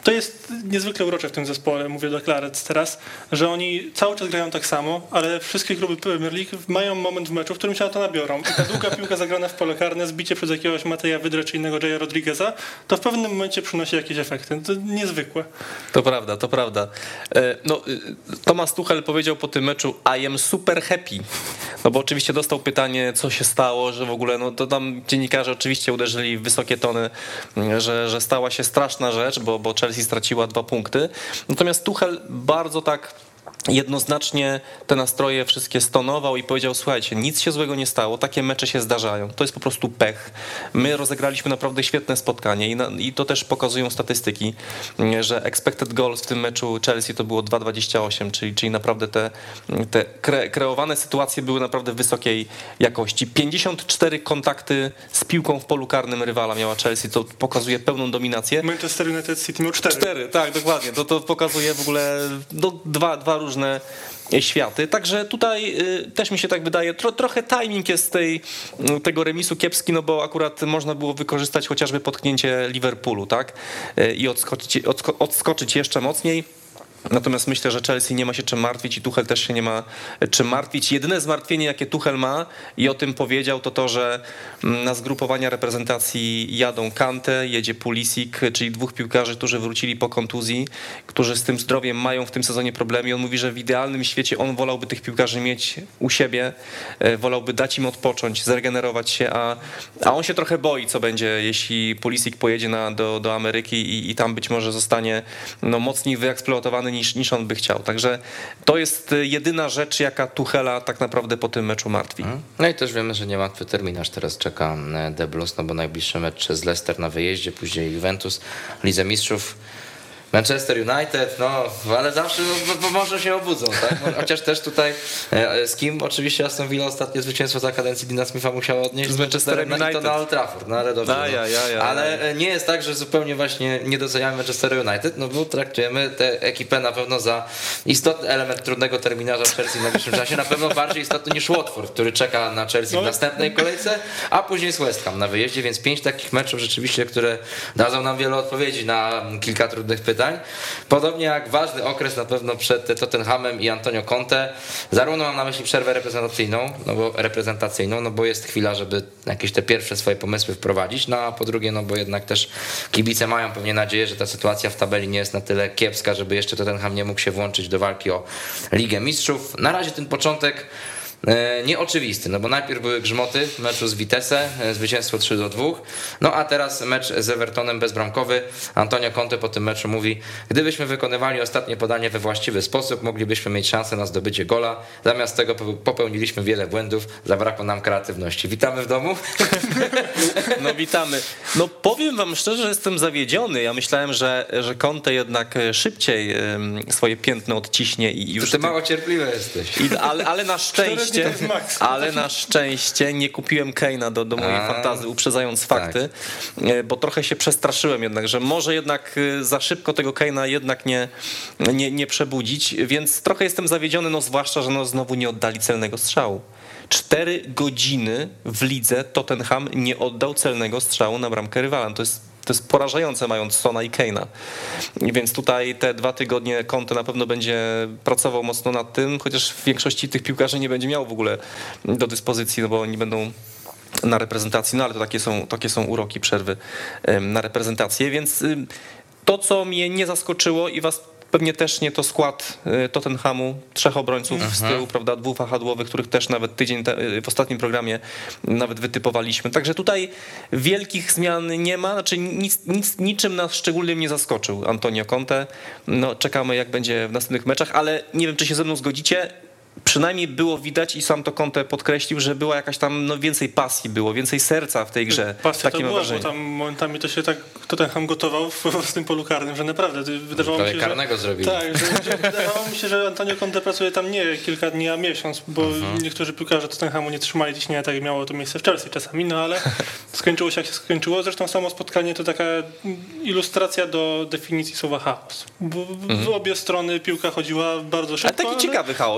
to jest niezwykle urocze w tym zespole, mówię do Clarets teraz, że oni cały czas grają tak samo, ale wszystkie kluby Premier League mają moment w meczu, w którym się na to nabiorą. I ta długa piłka zagrana w pole karne, zbicie przez jakiegoś Mateja Wydrę czy innego Jaya Rodrigueza, to w pewnym momencie przynosi jakieś efekty. To niezwykłe. To prawda, to prawda. No, Thomas Tuchel powiedział po tym meczu I am super happy. No bo oczywiście dostał pytanie, co się stało, że w ogóle, no to tam dziennikarze oczywiście uderzyli w wysokie tony, że, że stała się straszna rzecz, bo, bo Chelsea straciła dwa punkty. Natomiast Tuchel bardzo tak jednoznacznie te nastroje wszystkie stonował i powiedział, słuchajcie, nic się złego nie stało, takie mecze się zdarzają, to jest po prostu pech. My rozegraliśmy naprawdę świetne spotkanie i, na, i to też pokazują statystyki, że expected goals w tym meczu Chelsea to było dwa dwadzieścia osiem, czyli, czyli naprawdę te, te kre, kreowane sytuacje były naprawdę wysokiej jakości. pięćdziesiąt cztery kontakty z piłką w polu karnym rywala miała Chelsea, to pokazuje pełną dominację. Manchester United City miał cztery. Cztery, tak, dokładnie. To, to pokazuje w ogóle no, dwa, dwa różne światy. Także tutaj y, też mi się tak wydaje, tro, trochę timing jest tej, tego remisu kiepski, no bo akurat można było wykorzystać chociażby potknięcie Liverpoolu, tak? Y, I odskoczyć, odsko, odskoczyć jeszcze mocniej. Natomiast myślę, że Chelsea nie ma się czym martwić i Tuchel też się nie ma czym martwić. Jedyne zmartwienie, jakie Tuchel ma i o tym powiedział, to to, że na zgrupowania reprezentacji jadą Kante, jedzie Pulisic, czyli dwóch piłkarzy, którzy wrócili po kontuzji, którzy z tym zdrowiem mają w tym sezonie problemy. I on mówi, że w idealnym świecie on wolałby tych piłkarzy mieć u siebie, wolałby dać im odpocząć, zregenerować się, a, a on się trochę boi, co będzie, jeśli Pulisic pojedzie na, do, do Ameryki i, i tam być może zostanie no, mocniej wyeksploatowany niż, niż on by chciał. Także to jest jedyna rzecz, jaka Tuchela tak naprawdę po tym meczu martwi. No i też wiemy, że niełatwy terminarz teraz czeka The Blues, no bo najbliższy mecz z Leicester na wyjeździe, później Juventus, Lidze Mistrzów, Manchester United, no, ale zawsze no, może się obudzą, tak? Chociaż też tutaj z kim oczywiście Aston Villa ostatnie zwycięstwo za kadencji Dina Smitha musiało odnieść z Manchesterem United. I to na Old Trafford, no ale dobrze. A, ja, ja, ja, ale ja. Nie jest tak, że zupełnie właśnie nie doceniamy Manchester United, no bo traktujemy tę ekipę na pewno za istotny element trudnego terminarza Chelsea w najbliższym czasie, na pewno bardziej istotny niż Watford, który czeka na Chelsea w następnej kolejce, a później z West Ham na wyjeździe, więc pięć takich meczów rzeczywiście, które dadzą nam wiele odpowiedzi na kilka trudnych pytań. Podobnie jak ważny okres na pewno przed Tottenhamem i Antonio Conte. Zarówno mam na myśli przerwę reprezentacyjną, no bo reprezentacyjną, no bo jest chwila, żeby jakieś te pierwsze swoje pomysły wprowadzić, no a po drugie, no bo jednak też kibice mają pewnie nadzieję, że ta sytuacja w tabeli nie jest na tyle kiepska, żeby jeszcze Tottenham nie mógł się włączyć do walki o Ligę Mistrzów. Na razie ten początek nieoczywisty, no bo najpierw były grzmoty w meczu z Vitesse, zwycięstwo trzy do dwóch, no a teraz mecz z Evertonem bezbramkowy. Antonio Conte po tym meczu mówi, gdybyśmy wykonywali ostatnie podanie we właściwy sposób, moglibyśmy mieć szansę na zdobycie gola, zamiast tego popełniliśmy wiele błędów, zabrakło nam kreatywności. Witamy w domu. No witamy. No powiem wam szczerze, że jestem zawiedziony. Ja myślałem, że, że Conte jednak szybciej swoje piętno odciśnie i już... To ty mało cierpliwy jesteś. I, ale, ale na szczęście ale na szczęście nie kupiłem Kane'a do, do mojej A, fantazy, uprzedzając fakty, tak. Bo trochę się przestraszyłem jednak, że może jednak za szybko tego Kane'a jednak nie, nie, nie przebudzić, więc trochę jestem zawiedziony, no zwłaszcza, że no znowu nie oddali celnego strzału. Cztery godziny w lidze Tottenham nie oddał celnego strzału na bramkę rywala. To jest To jest porażające, mając Sona i Kane'a. Więc tutaj te dwa tygodnie Conte na pewno będzie pracował mocno nad tym, chociaż w większości tych piłkarzy nie będzie miał w ogóle do dyspozycji, no bo oni będą na reprezentacji, no ale to takie są, takie są uroki przerwy na reprezentację, więc to, co mnie nie zaskoczyło i was pewnie też nie, to skład Tottenhamu, trzech obrońców Aha. z tyłu, prawda, dwóch wahadłowych, których też nawet tydzień te, w ostatnim programie nawet wytypowaliśmy. Także tutaj wielkich zmian nie ma, znaczy nic, nic, niczym nas szczególnym nie zaskoczył Antonio Conte. No, czekamy, jak będzie w następnych meczach, ale nie wiem, czy się ze mną zgodzicie. Przynajmniej było widać i sam to Conte podkreślił, że była jakaś tam no, więcej pasji było, więcej serca w tej grze. Pasja to była, bo tam momentami to się tak Tottenham gotował w własnym polu karnym, że naprawdę wydawało mi się, karnego że, zrobili. Tak, że, wydawało mi się, że Antonio Conte pracuje tam nie kilka dni, a miesiąc, bo uh-huh. niektórzy piłkarze Tottenhamu nie trzymali ciśnienia, tak jak miało to miejsce w Chelsea czasami, no ale skończyło się jak się skończyło. Zresztą samo spotkanie to taka ilustracja do definicji słowa chaos. Bo uh-huh. w obie strony piłka chodziła bardzo szybko. Ale taki ale... ciekawy chaos. No Dało tak. się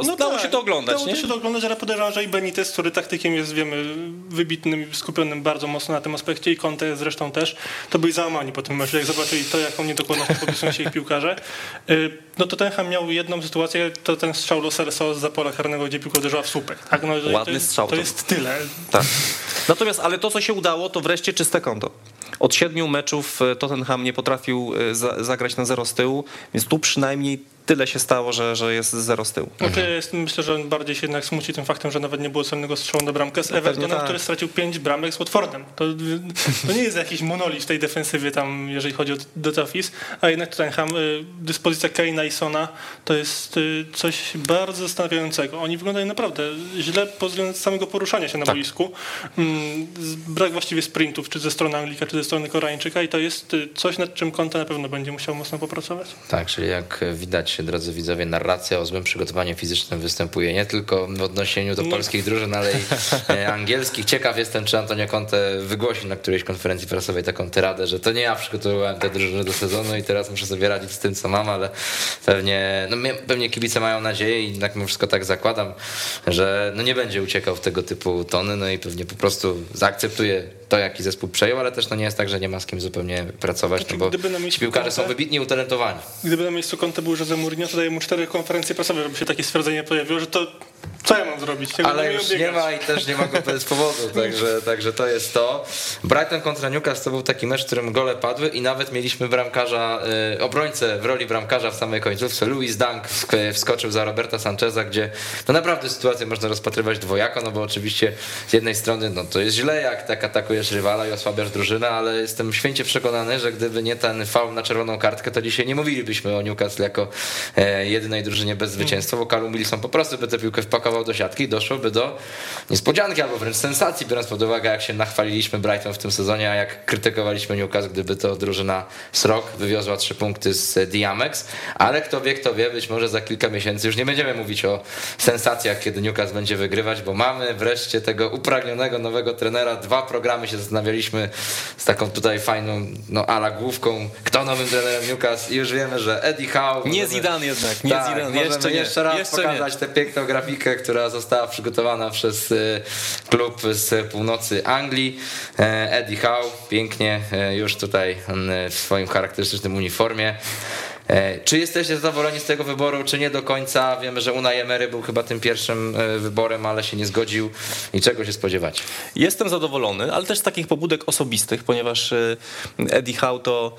się to oglądać, dało nie? się to oglądać, ale podejrzewam, że i Benitez, który taktykiem jest, wiemy, wybitnym, skupionym bardzo mocno na tym aspekcie i Conte zresztą też, to byli załamani po tym meczu, jak zobaczyli to, jaką niedokładnością podpisują się ich piłkarze. No Tottenham miał jedną sytuację, to ten strzał Lo Celso z pola karnego, gdzie piłka uderzyła w słupek. Tak? No, Ładny to, strzał. To jest tyle. Tak. Natomiast, ale to, co się udało, to wreszcie czyste konto. Od siedmiu meczów Tottenham nie potrafił za, zagrać na zero z tyłu, więc tu przynajmniej tyle się stało, że, że jest zero z tyłu. No to jest, myślę, że on bardziej się jednak smuci tym faktem, że nawet nie było celnego strzału na bramkę z Evertonem, tak, który stracił pięć bramek z Watfordem. To, to nie jest jakiś monolit w tej defensywie tam, jeżeli chodzi o The Office, a jednak Tottenham, dyspozycja Kane'a i Sona to jest coś bardzo zastanawiającego. Oni wyglądają naprawdę źle pod względem samego poruszania się na tak. boisku. Brak właściwie sprintów, czy ze strony Anglika, czy ze strony Koreańczyka i to jest coś, nad czym Conte na pewno będzie musiał mocno popracować. Tak, czyli jak widać, drodzy widzowie, narracja o złym przygotowaniu fizycznym występuje nie tylko w odniesieniu do no. polskich drużyn, ale i angielskich. Ciekaw jestem, czy Antonio Conte wygłosi na którejś konferencji prasowej taką tyradę, że to nie ja przygotowywałem te drużyny do sezonu i teraz muszę sobie radzić z tym, co mam, ale pewnie, no, pewnie kibice mają nadzieję i tak mimo wszystko tak zakładam, że no, nie będzie uciekał w tego typu tony, no i pewnie po prostu zaakceptuje to, jaki zespół przejął, ale też no, nie jest tak, że nie ma z kim zupełnie pracować, no, bo ci piłkarze są wybitnie utalentowani. Gdyby na miejscu Conte był Jose Mourinho, to daje mu cztery konferencje prasowe, żeby się takie stwierdzenie pojawiło, że to co ja mam zrobić? Czego ale już nie ma i też nie ma go bez powodu, także, także to jest to. Brighton kontra Newcastle to był taki mecz, w którym gole padły i nawet mieliśmy bramkarza, y, obrońcę w roli bramkarza w samej końcówce. Louis Dunk wskoczył za Roberta Sancheza, gdzie no naprawdę sytuację można rozpatrywać dwojako, no bo oczywiście z jednej strony no to jest źle, jak tak atakujesz rywala i osłabiasz drużynę, ale jestem święcie przekonany, że gdyby nie ten faul na czerwoną kartkę, to dzisiaj nie mówilibyśmy o Newcastle jako e, jedynej drużynie bez zwycięstwa, bo Callum Wilson po prostu by tę piłkę wpakował do siatki i doszłoby do niespodzianki albo wręcz sensacji, biorąc pod uwagę, jak się nachwaliliśmy Brighton w tym sezonie, a jak krytykowaliśmy Newcastle, gdyby to drużyna Srok wywiozła trzy punkty z The Amex, ale kto wie, kto wie, być może za kilka miesięcy już nie będziemy mówić o sensacjach, kiedy Newcastle będzie wygrywać, bo mamy wreszcie tego upragnionego nowego trenera. Dwa programy się zastanawialiśmy z taką tutaj fajną no ala główką, kto nowym trenerem Newcastle i już wiemy, że Eddie Howe. Nie możemy, Zidane jednak, nie tak, Zidane, jeszcze, jeszcze raz jeszcze pokazać tę piękną grafikę, która została przygotowana przez klub z północy Anglii. Eddie Howe pięknie już tutaj w swoim charakterystycznym uniformie. Czy jesteście zadowoleni z tego wyboru, czy nie do końca? Wiemy, że Unai Emery był chyba tym pierwszym wyborem, ale się nie zgodził. I czego się spodziewać? Jestem zadowolony, ale też z takich pobudek osobistych, ponieważ Eddie Howe to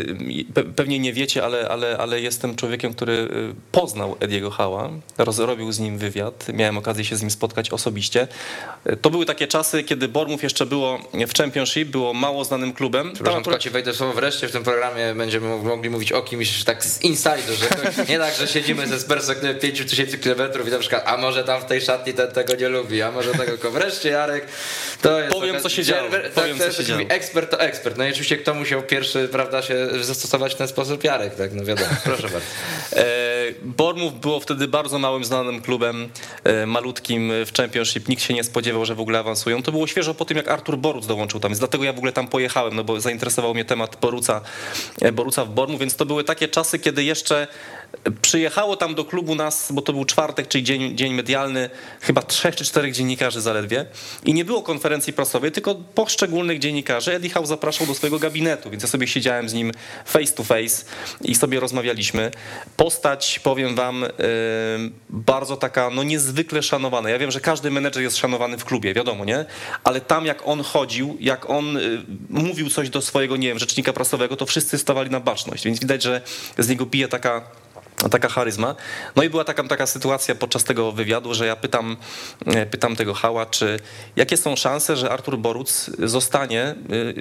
pewnie nie wiecie, ale, ale, ale jestem człowiekiem, który poznał Ediego Howe'a, robił z nim wywiad, miałem okazję się z nim spotkać osobiście. To były takie czasy, kiedy Bournemouth jeszcze było w Championship, było mało znanym klubem. Przepraszam, tylko ci wejdę słowo, wreszcie w tym programie będziemy mogli mówić o kimś tak z insider, że to nie tak, że siedzimy ze z perspektywy pięć tysięcy kilometrów i na przykład, a może tam w tej szatni ten tego nie lubi, a może tego, wreszcie Jarek, to jest... Powiem, taka, co się działo. Tak, Powiem, to co się działo. Ekspert to ekspert. No i oczywiście kto musiał pierwszy, prawda, się zastosować w ten sposób? Jarek, tak, no wiadomo. Proszę bardzo. E, Bournemouth było wtedy bardzo małym, znanym klubem, e, malutkim w Championship. Nikt się nie spodziewał, że w ogóle awansują. To było świeżo po tym, jak Artur Boruc dołączył tam, więc dlatego ja w ogóle tam pojechałem, no bo zainteresował mnie temat Boruca, Boruca w Bournemouth, więc to były takie czasy, kiedy jeszcze przyjechało tam do klubu nas, bo to był czwartek, czyli dzień, dzień medialny, chyba trzech czy czterech dziennikarzy zaledwie i nie było konferencji prasowej, tylko poszczególnych dziennikarzy. Eddie Howe zapraszał do swojego gabinetu, więc ja sobie siedziałem z nim face to face i sobie rozmawialiśmy. Postać, powiem wam, yy, bardzo taka, no niezwykle szanowana. Ja wiem, że każdy menedżer jest szanowany w klubie, wiadomo, nie? Ale tam jak on chodził, jak on yy, mówił coś do swojego, nie wiem, rzecznika prasowego, to wszyscy stawali na baczność, więc widać, że z niego bije taka taka charyzma. No i była taka, taka sytuacja podczas tego wywiadu, że ja pytam, pytam tego Howe'a, czy jakie są szanse, że Artur Boruc zostanie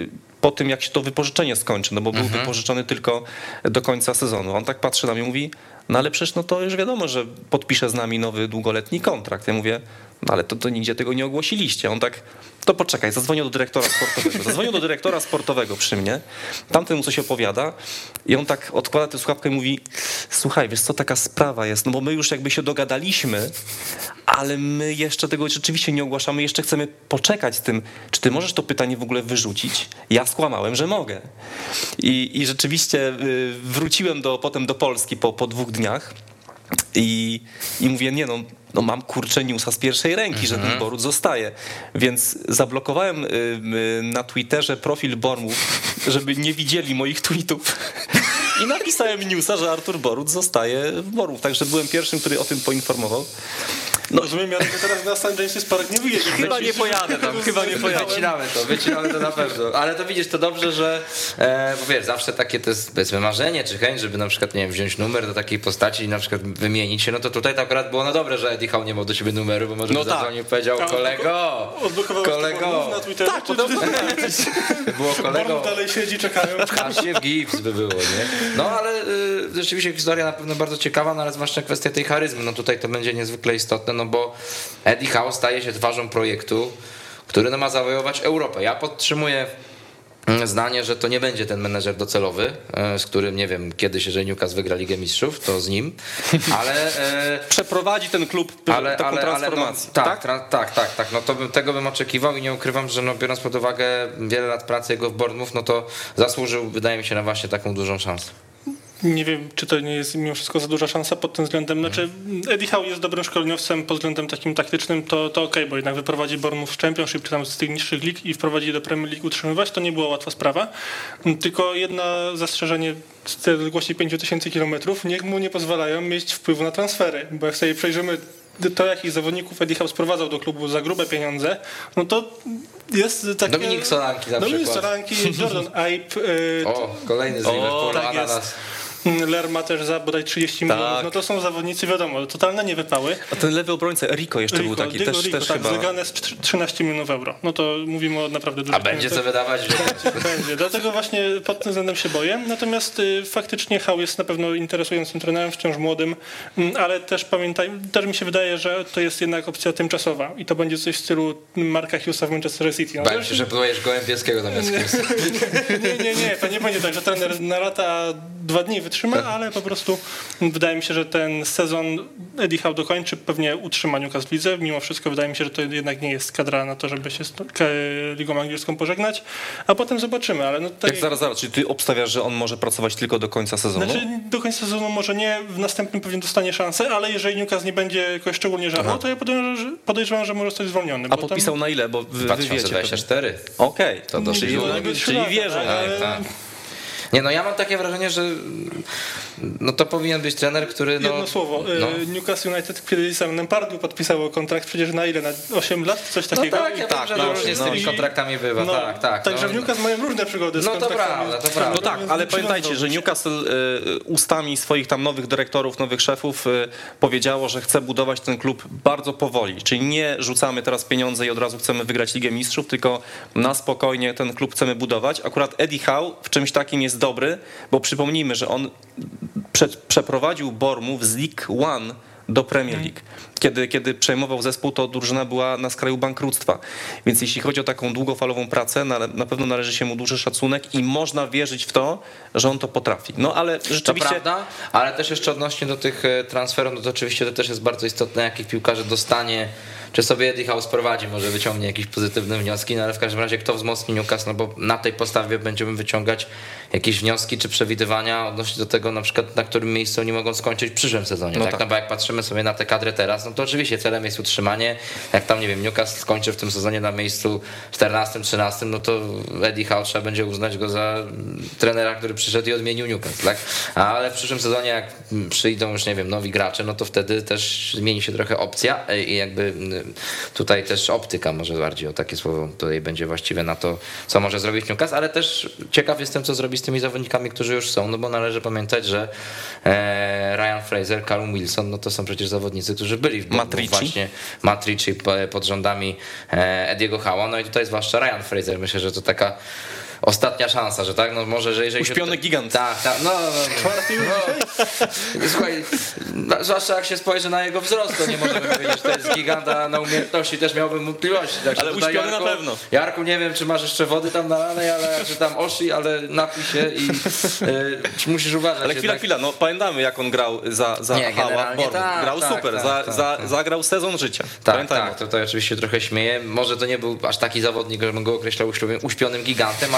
po tym, jak się to wypożyczenie skończy, no bo był mhm. wypożyczony tylko do końca sezonu. On tak patrzy na mnie i mówi, no ale przecież no to już wiadomo, że podpisze z nami nowy długoletni kontrakt. Ja mówię, no ale to, to nigdzie tego nie ogłosiliście. On tak, to poczekaj, zadzwonił do dyrektora sportowego. Zadzwonił do dyrektora sportowego przy mnie, tamten mu coś opowiada i on tak odkłada tę słuchawkę i mówi, słuchaj, wiesz co, taka sprawa jest, no bo my już jakby się dogadaliśmy, ale my jeszcze tego rzeczywiście nie ogłaszamy, jeszcze chcemy poczekać z tym, czy ty możesz to pytanie w ogóle wyrzucić? Ja skłamałem, że mogę. I, i rzeczywiście wróciłem do, potem do Polski po, po dwóch dniach. I, i mówię, nie no, no mam kurczę newsa z pierwszej ręki, mm-hmm. że ten Boruc zostaje. Więc zablokowałem y, y, na Twitterze profil Bormów, żeby nie widzieli moich tweetów. I napisałem newsa, że Artur Boruc zostaje w Bormów. Także byłem pierwszym, który o tym poinformował. No, rozumiem, ja teraz na Saint James's Park nie wyjedzie. Chyba nie pojadę tam, chyba nie pojadę. Wycinamy to, wycinamy to na pewno. Ale to widzisz, to dobrze, że e, bo wiesz, zawsze takie to jest powiedzmy marzenie czy chęć, żeby na przykład, nie wiem, wziąć numer do takiej postaci i na przykład wymienić się, no to tutaj to akurat było na dobre, że Eddie Howe nie miał do siebie numeru, bo może no by tak. zadzwonił i powiedział, kolego, kolego. Na Twitterze, tak, podobno było kolego. Dalej siedzi, czekają. Aż się w gips by było, nie? No ale y, rzeczywiście historia na pewno bardzo ciekawa, no ale zwłaszcza kwestia tej charyzmy, no tutaj to będzie niezwykle istotne, no bo Eddie Howe staje się twarzą projektu, który no ma zawojować Europę. Ja podtrzymuję zdanie, że to nie będzie ten menedżer docelowy, z którym, nie wiem, kiedyś, jeżeli Newcastle wygra Ligę Mistrzów, to z nim, ale... Przeprowadzi ten klub ale, taką ale, transformację. Ale no, tak, tak, tak, tak, tak, no to bym, tego bym oczekiwał i nie ukrywam, że no, biorąc pod uwagę wiele lat pracy jego w Bournemouth, no to zasłużył, wydaje mi się, na właśnie taką dużą szansę. Nie wiem, czy to nie jest mimo wszystko za duża szansa pod tym względem. Znaczy, Eddie Howe jest dobrym szkoleniowcem pod względem takim taktycznym, to, to okej, okay, bo jednak wyprowadzi Bournemouth w Championship, czy tam z tych niższych lig i wprowadzi do Premier League utrzymywać, to nie była łatwa sprawa. Tylko jedno zastrzeżenie z tej odległości pięć tysięcy kilometrów, niech mu nie pozwalają mieć wpływu na transfery, bo jak sobie przejrzymy to, jakich zawodników Eddie Howe sprowadzał do klubu za grube pieniądze, no to jest takie... Dominik Solanki na Dominik przykład. Solanki, Jordan Ibe. O, kolejny z Liverpoolu, tak Ananas. jest. Lerma też za bodaj trzydzieści tak. milionów, no to są zawodnicy, wiadomo, totalne niewypały. A ten lewy obrońca, Rico jeszcze Rico, był taki, Diego też, Rico, też tak, chyba... Zlegane z trzynaście milionów euro, no to mówimy o naprawdę dużych A będzie co wydawać? Będzie, dlatego właśnie pod tym względem się boję, natomiast y, faktycznie Howe jest na pewno interesującym trenerem, wciąż młodym, y, ale też pamiętaj, też mi się wydaje, że to jest jednak opcja tymczasowa i to będzie coś w stylu Marka Hughesa w Manchester City. No, Bałem się, że próbujesz Gołębieskiego zamiast Hughesa. Nie, nie, nie, to nie będzie tak, że trener na lata dwa dni wytrzyma, ale po prostu wydaje mi się, że ten sezon Eddie Howe dokończy, pewnie utrzyma Newcastle w lidze. Mimo wszystko wydaje mi się, że to jednak nie jest kadra na to, żeby się z Ligą Angielską pożegnać, a potem zobaczymy. Ale no tak jak zaraz, zaraz, czy ty obstawiasz, że on może pracować tylko do końca sezonu? Znaczy do końca sezonu może nie, w następnym pewnie dostanie szansę, ale jeżeli Newcastle nie będzie jakoś szczególnie żarło, to ja podejrzewam, że, podejrzewam, że może zostać zwolniony. A podpisał tam... na ile? Bo wy, dwa tysiące dwadzieścia cztery. Okej, to dosyć czyli, czyli wierzą. Ale... Tak, tak. Nie, no ja mam takie wrażenie, że no to powinien być trener, który... No, Jedno słowo. No. Newcastle United, kiedy sam Lempardu podpisało kontrakt przecież na ile? Na osiem lat? Coś takiego? No tak, ja tak, wiem, że różnie z tymi kontraktami bywa. No, tak, tak. Także no. w Newcastle mają różne przygody z No to prawda, to prawda. No tak, ale pamiętajcie, że Newcastle ustami swoich tam nowych dyrektorów, nowych szefów powiedziało, że chce budować ten klub bardzo powoli. Czyli nie rzucamy teraz pieniądze i od razu chcemy wygrać Ligę Mistrzów, tylko na spokojnie ten klub chcemy budować. Akurat Eddie Howe w czymś takim jest dobry, bo przypomnijmy, że on prze, przeprowadził Bournemouth z League One do Premier League. Kiedy, kiedy przejmował zespół, to drużyna była na skraju bankructwa. Więc jeśli chodzi o taką długofalową pracę, na, na pewno należy się mu duży szacunek i można wierzyć w to, że on to potrafi. No ale rzeczywiście... To prawda, ale też jeszcze odnośnie do tych transferów, no to oczywiście to też jest bardzo istotne, jakich piłkarzy dostanie, czy sobie Eddie Howe sprowadzi, może wyciągnie jakieś pozytywne wnioski, no ale w każdym razie kto wzmocni Newcastle, no bo na tej podstawie będziemy wyciągać jakieś wnioski czy przewidywania odnośnie do tego, na przykład na którym miejscu oni mogą skończyć w przyszłym sezonie. No tak? Tak. No bo jak patrzymy sobie na tę kadrę teraz, no to oczywiście celem jest utrzymanie. Jak tam, nie wiem, Newcastle skończy w tym sezonie na miejscu czternastym, trzynastym, no to Eddie Howe trzeba będzie uznać go za trenera, który przyszedł i odmienił Newcastle, tak? Ale w przyszłym sezonie, jak przyjdą już, nie wiem, nowi gracze, no to wtedy też zmieni się trochę opcja i jakby tutaj też optyka, może bardziej o takie słowo tutaj będzie właściwe na to, co może zrobić Newcastle, ale też ciekaw jestem, co zrobi z tymi zawodnikami, którzy już są, no bo należy pamiętać, że Ryan Fraser, Callum Wilson, no to są przecież zawodnicy, którzy byli w Matrici. właśnie Matrici pod rządami Ediego Howe'a, no i tutaj zwłaszcza Ryan Fraser, myślę, że to taka ostatnia szansa, że tak, no może, że jeżeli uśpiony się... gigant. Tak, tak, no, no, no. Słuchaj, zwłaszcza jak się spojrzy na jego wzrost, to nie możemy powiedzieć, że to jest gigant, a na umiejętności też miałbym wątpliwości. Tak, ale uśpiony Jarku, na pewno. Jarku, nie wiem, czy masz jeszcze wody tam nalanej, ale czy tam oshi, ale napij się i y, musisz uważać. Ale chwila, tak. chwila, no pamiętamy, jak on grał za, za nie, Howe'a, tak, grał tak, super, tak, za, tak, za, tak. zagrał sezon życia. Tak, pamiętajmy. tak, to, to oczywiście trochę śmieję. Może to nie był aż taki zawodnik, żebym go określał uśpionym gigantem, ale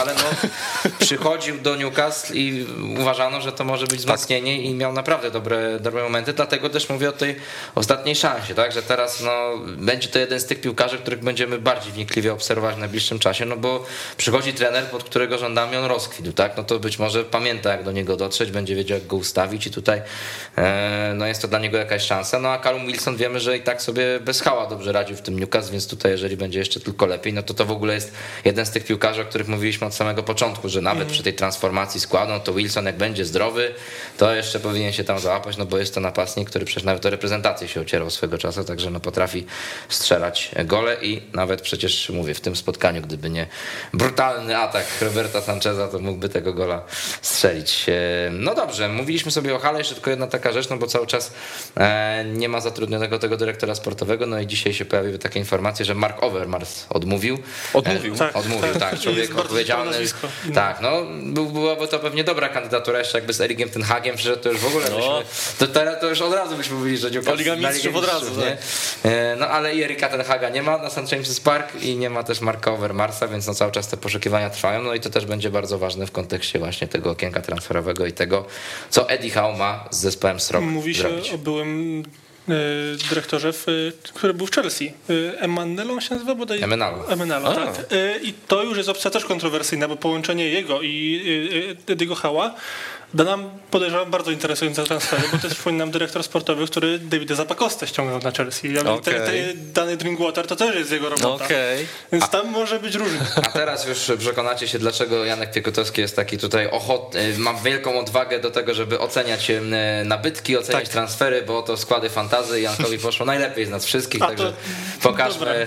ale no, przychodził do Newcastle i uważano, że to może być wzmocnienie tak. i miał naprawdę dobre, dobre momenty, dlatego też mówię o tej ostatniej szansie, tak, że teraz no, będzie to jeden z tych piłkarzy, których będziemy bardziej wnikliwie obserwować w najbliższym czasie, no bo przychodzi trener, pod którego rządami on rozkwitł, tak, no to być może pamięta, jak do niego dotrzeć, będzie wiedział, jak go ustawić i tutaj e, no jest to dla niego jakaś szansa, no a Callum Wilson wiemy, że i tak sobie bez hała dobrze radził w tym Newcastle, więc tutaj jeżeli będzie jeszcze tylko lepiej, no to to w ogóle jest jeden z tych piłkarzy, o których mówiliśmy od samego początku, że nawet mm. przy tej transformacji składu, no to Wilson jak będzie zdrowy, to jeszcze powinien się tam załapać, no bo jest to napastnik, który przecież nawet do reprezentacji się ocierał swego czasu, także no potrafi strzelać gole i nawet przecież mówię, w tym spotkaniu, gdyby nie brutalny atak Roberta Sancheza, to mógłby tego gola strzelić. No dobrze, mówiliśmy sobie o Hale, jeszcze tylko jedna taka rzecz, no bo cały czas nie ma zatrudnionego tego dyrektora sportowego, no i dzisiaj się pojawiły takie informacje, że Mark Overmars odmówił. Odmówił? Tak, odmówił, tak, tak człowiek odpowiedzialny. Tak, no byłaby to pewnie dobra kandydatura, jeszcze jakby z Ericiem ten Hagiem przyszedł, to już w ogóle no. byśmy, to, teraz to już od razu byśmy mówili, że Newcastle Liga Mistrzów od razu, nie? No ale i Erika ten Haga nie ma na Saint James's Park i nie ma też Marka Overmarsa, więc no cały czas te poszukiwania trwają, no i to też będzie bardzo ważne w kontekście właśnie tego okienka transferowego i tego, co Eddie Howe ma z zespołem Srok Mówi się zrobić. o byłym dyrektorze, w, który był w Chelsea. Emanelo on się nazywa bodaj? Emenalo. Emenalo, tak. I to już jest opcja też kontrowersyjna, bo połączenie jego i Eddie'ego Howe'a da nam, podejrzewam, bardzo interesujące transfery, bo to jest, przypominam, dyrektor sportowy, który Davida Zappacosta ściągnął na Chelsea. Ja okay. te, te, dany Drinkwater to też jest jego robota. Okay. Więc a, tam może być różnie. A teraz już przekonacie się, dlaczego Janek Piekutowski jest taki tutaj ochotny, ma wielką odwagę do tego, żeby oceniać nabytki, oceniać tak. transfery, bo to składy fantazy Jankowi poszło najlepiej z nas wszystkich, a także to, pokażmy. Dobra.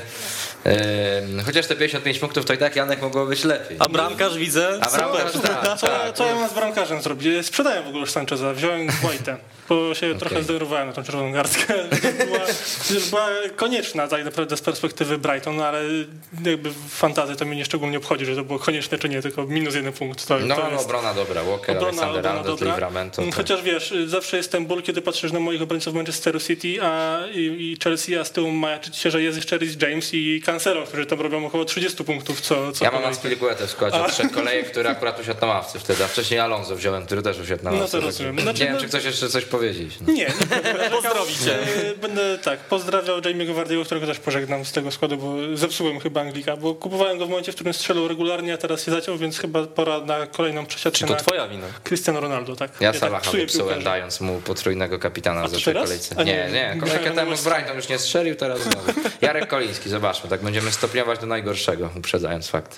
Yy, chociaż te pięćdziesiąt pięć punktów to i tak Janek mogło być lepiej. A bramkarz widzę? A bramkarz, tak, co, tak. co ja mam z bramkarzem zrobić? Sprzedałem w ogóle już Sancheza, wziąłem White'a, bo się okay. trochę zdenerwowałem na tą czerwoną garstkę. Była, była konieczna tak naprawdę z perspektywy Brighton, no ale jakby w fantazji to mnie nie szczególnie obchodzi, że to było konieczne czy nie, tylko minus jeden punkt. To, no, to no obrona dobra, Walker, obrona, Alexander obrona Arnold, Livramento. To... Chociaż wiesz, zawsze jest ten ból, kiedy patrzysz na moich obrońców Manchesteru City a, i, i Chelsea, a z tyłu majaczyć się, że jest jeszcze Reece James i Cancelo, którzy tam robią około trzydzieści punktów co, co ja mam Aspilicuetę w składzie od trzech kolejek, który akurat usiadł na ławce wtedy, a wcześniej Alonso wziąłem, który też usiadł na ławce. No to rozumiem. Nie Znaczy, wiem, no... czy ktoś jeszcze coś powiedzieć. No. Nie, nie pozdrowicie. Będę tak, pozdrawiał Jamie'ego Vardy'ego, którego też pożegnam z tego składu, bo zepsułem chyba Anglika, bo kupowałem go w momencie, w którym strzelał regularnie, a teraz się zaciął, więc chyba pora na kolejną przesiadkę. Czy to twoja wina? Cristiano Ronaldo, tak. Ja, ja Salaha tak wypsułem, dając mu potrójnego kapitana w zeszłej kolejce. Nie, nie, nie kolejkę temu z Brighton już nie strzelił, teraz znowu. Jarek Koliński, zobaczmy, tak będziemy stopniować do najgorszego, uprzedzając fakt.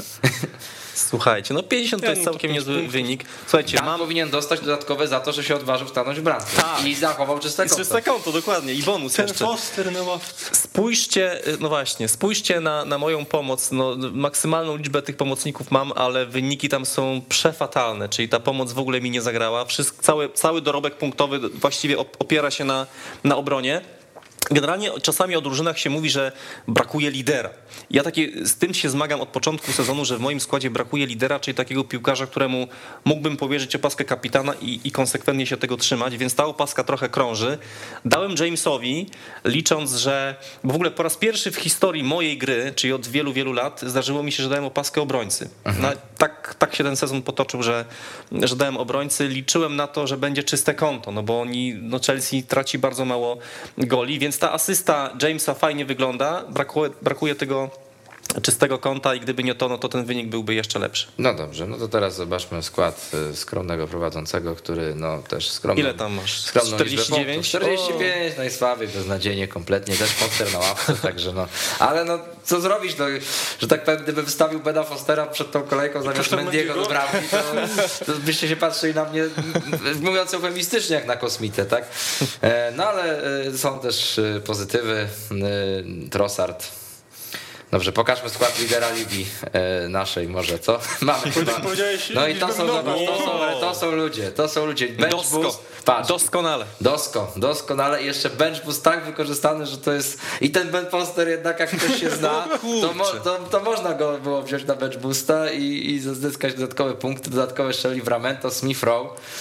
Słuchajcie, no pięćdziesiąt to jest całkiem niezły wynik. Słuchajcie, Dan mam... powinien dostać dodatkowe za to, że się odważył stanąć w bramce. Tak. I zachował czyste konto. Czyste konto, dokładnie. I bonus Ten jeszcze. Foster na ławce. Spójrzcie, no właśnie, spójrzcie na, na moją pomoc. No, maksymalną liczbę tych pomocników mam, ale wyniki tam są przefatalne, czyli ta pomoc w ogóle mi nie zagrała. Wszystko, cały, cały dorobek punktowy właściwie opiera się na, na obronie. Generalnie czasami o drużynach się mówi, że brakuje lidera. Ja takie, z tym się zmagam od początku sezonu, że w moim składzie brakuje lidera, czyli takiego piłkarza, któremu mógłbym powierzyć opaskę kapitana i, i konsekwentnie się tego trzymać, więc ta opaska trochę krąży. Dałem Jamesowi, licząc, że bo w ogóle po raz pierwszy w historii mojej gry, czyli od wielu, wielu lat, zdarzyło mi się, że dałem opaskę obrońcy. Mhm. No, tak, tak się ten sezon potoczył, że, że dałem obrońcy. Liczyłem na to, że będzie czyste konto, no bo oni, no Chelsea traci bardzo mało goli, więc ta asysta Jamesa fajnie wygląda, brakuje, brakuje tego czystego konta i gdyby nie to, no to ten wynik byłby jeszcze lepszy. No dobrze, no to teraz zobaczmy skład skromnego prowadzącego, który no też skromną... Ile tam masz? Skromną czterdzieści dziewięć? czterdzieści pięć, najsłabiej, beznadziejnie, kompletnie, też Foster na ławce, także no... Ale no, co zrobić, no, że tak powiem, gdyby wystawił Bena Fostera przed tą kolejką zamiast Mendiego do bramki, to, to byście się patrzyli na mnie, mówiąc eufemistycznie, jak na kosmitę, tak? No ale są też pozytywy. Trossard. Dobrze, pokażmy skład lidera ligi e, naszej może, co? Mamy chyba. No i to są, zobacz, to, są, to są ludzie, to są ludzie. Bench Dosko. boost, patrz. Doskonale. Dosko, doskonale. I jeszcze bench boost tak wykorzystany, że to jest... I ten Ben Foster jednak, jak ktoś się zna, to, mo, to, to można go było wziąć na bench boosta i, i zyskać dodatkowe punkty, dodatkowe strzeli w Livramento, Smith Rowe.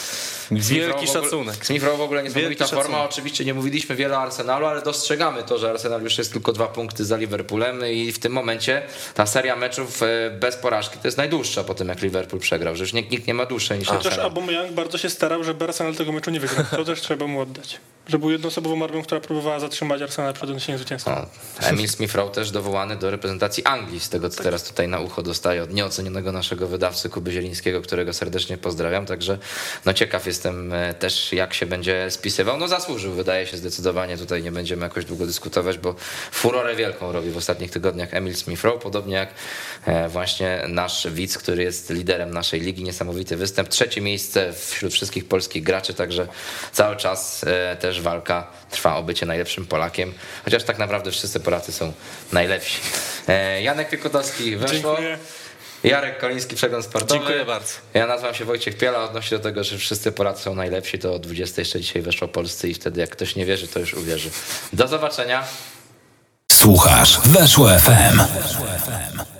Wielki szacunek. Smith Rowe w ogóle niesamowita Wielki forma. szacunek. Oczywiście nie mówiliśmy wiele o Arsenalu, ale dostrzegamy to, że Arsenal już jest tylko dwa punkty za Liverpoolem i w tym momencie ta seria meczów bez porażki to jest najdłuższa po tym, jak Liverpool przegrał, że już nikt, nikt nie ma dłuższej niż Arsenal. Chociaż Aubameyang bardzo się starał, żeby Arsenal tego meczu nie wygrał. To też trzeba mu oddać. Że był jednoosobową armią, która próbowała zatrzymać Arsenal przed odniesieniem zwycięstwa. No, Emil Smith Rowe też dowołany do reprezentacji Anglii, z tego co teraz tutaj na ucho dostaje od nieocenionego naszego wydawcy Kuby Zielińskiego, którego serdecznie pozdrawiam, także no ciekaw jestem też, jak się będzie spisywał. No zasłużył, wydaje się zdecydowanie, tutaj nie będziemy jakoś długo dyskutować, bo furorę wielką robi w ostatnich tygodniach Emil Smith Rowe, podobnie jak właśnie nasz widz, który jest liderem naszej ligi, niesamowity występ, trzecie miejsce wśród wszystkich polskich graczy, także cały czas też walka trwa o bycie najlepszym Polakiem, chociaż tak naprawdę wszyscy Polacy są najlepsi. Janek Piekutowski weszło. Dziękuję. Jarek Koliński, Przegląd Sportowy. Dziękuję bardzo. Ja nazywam się Wojciech Piela, odnośnie do tego, że wszyscy Polacy są najlepsi, to o dwudziestej jeszcze dzisiaj weszło Polscy i wtedy jak ktoś nie wierzy, to już uwierzy. Do zobaczenia. Słuchasz Weszło F M.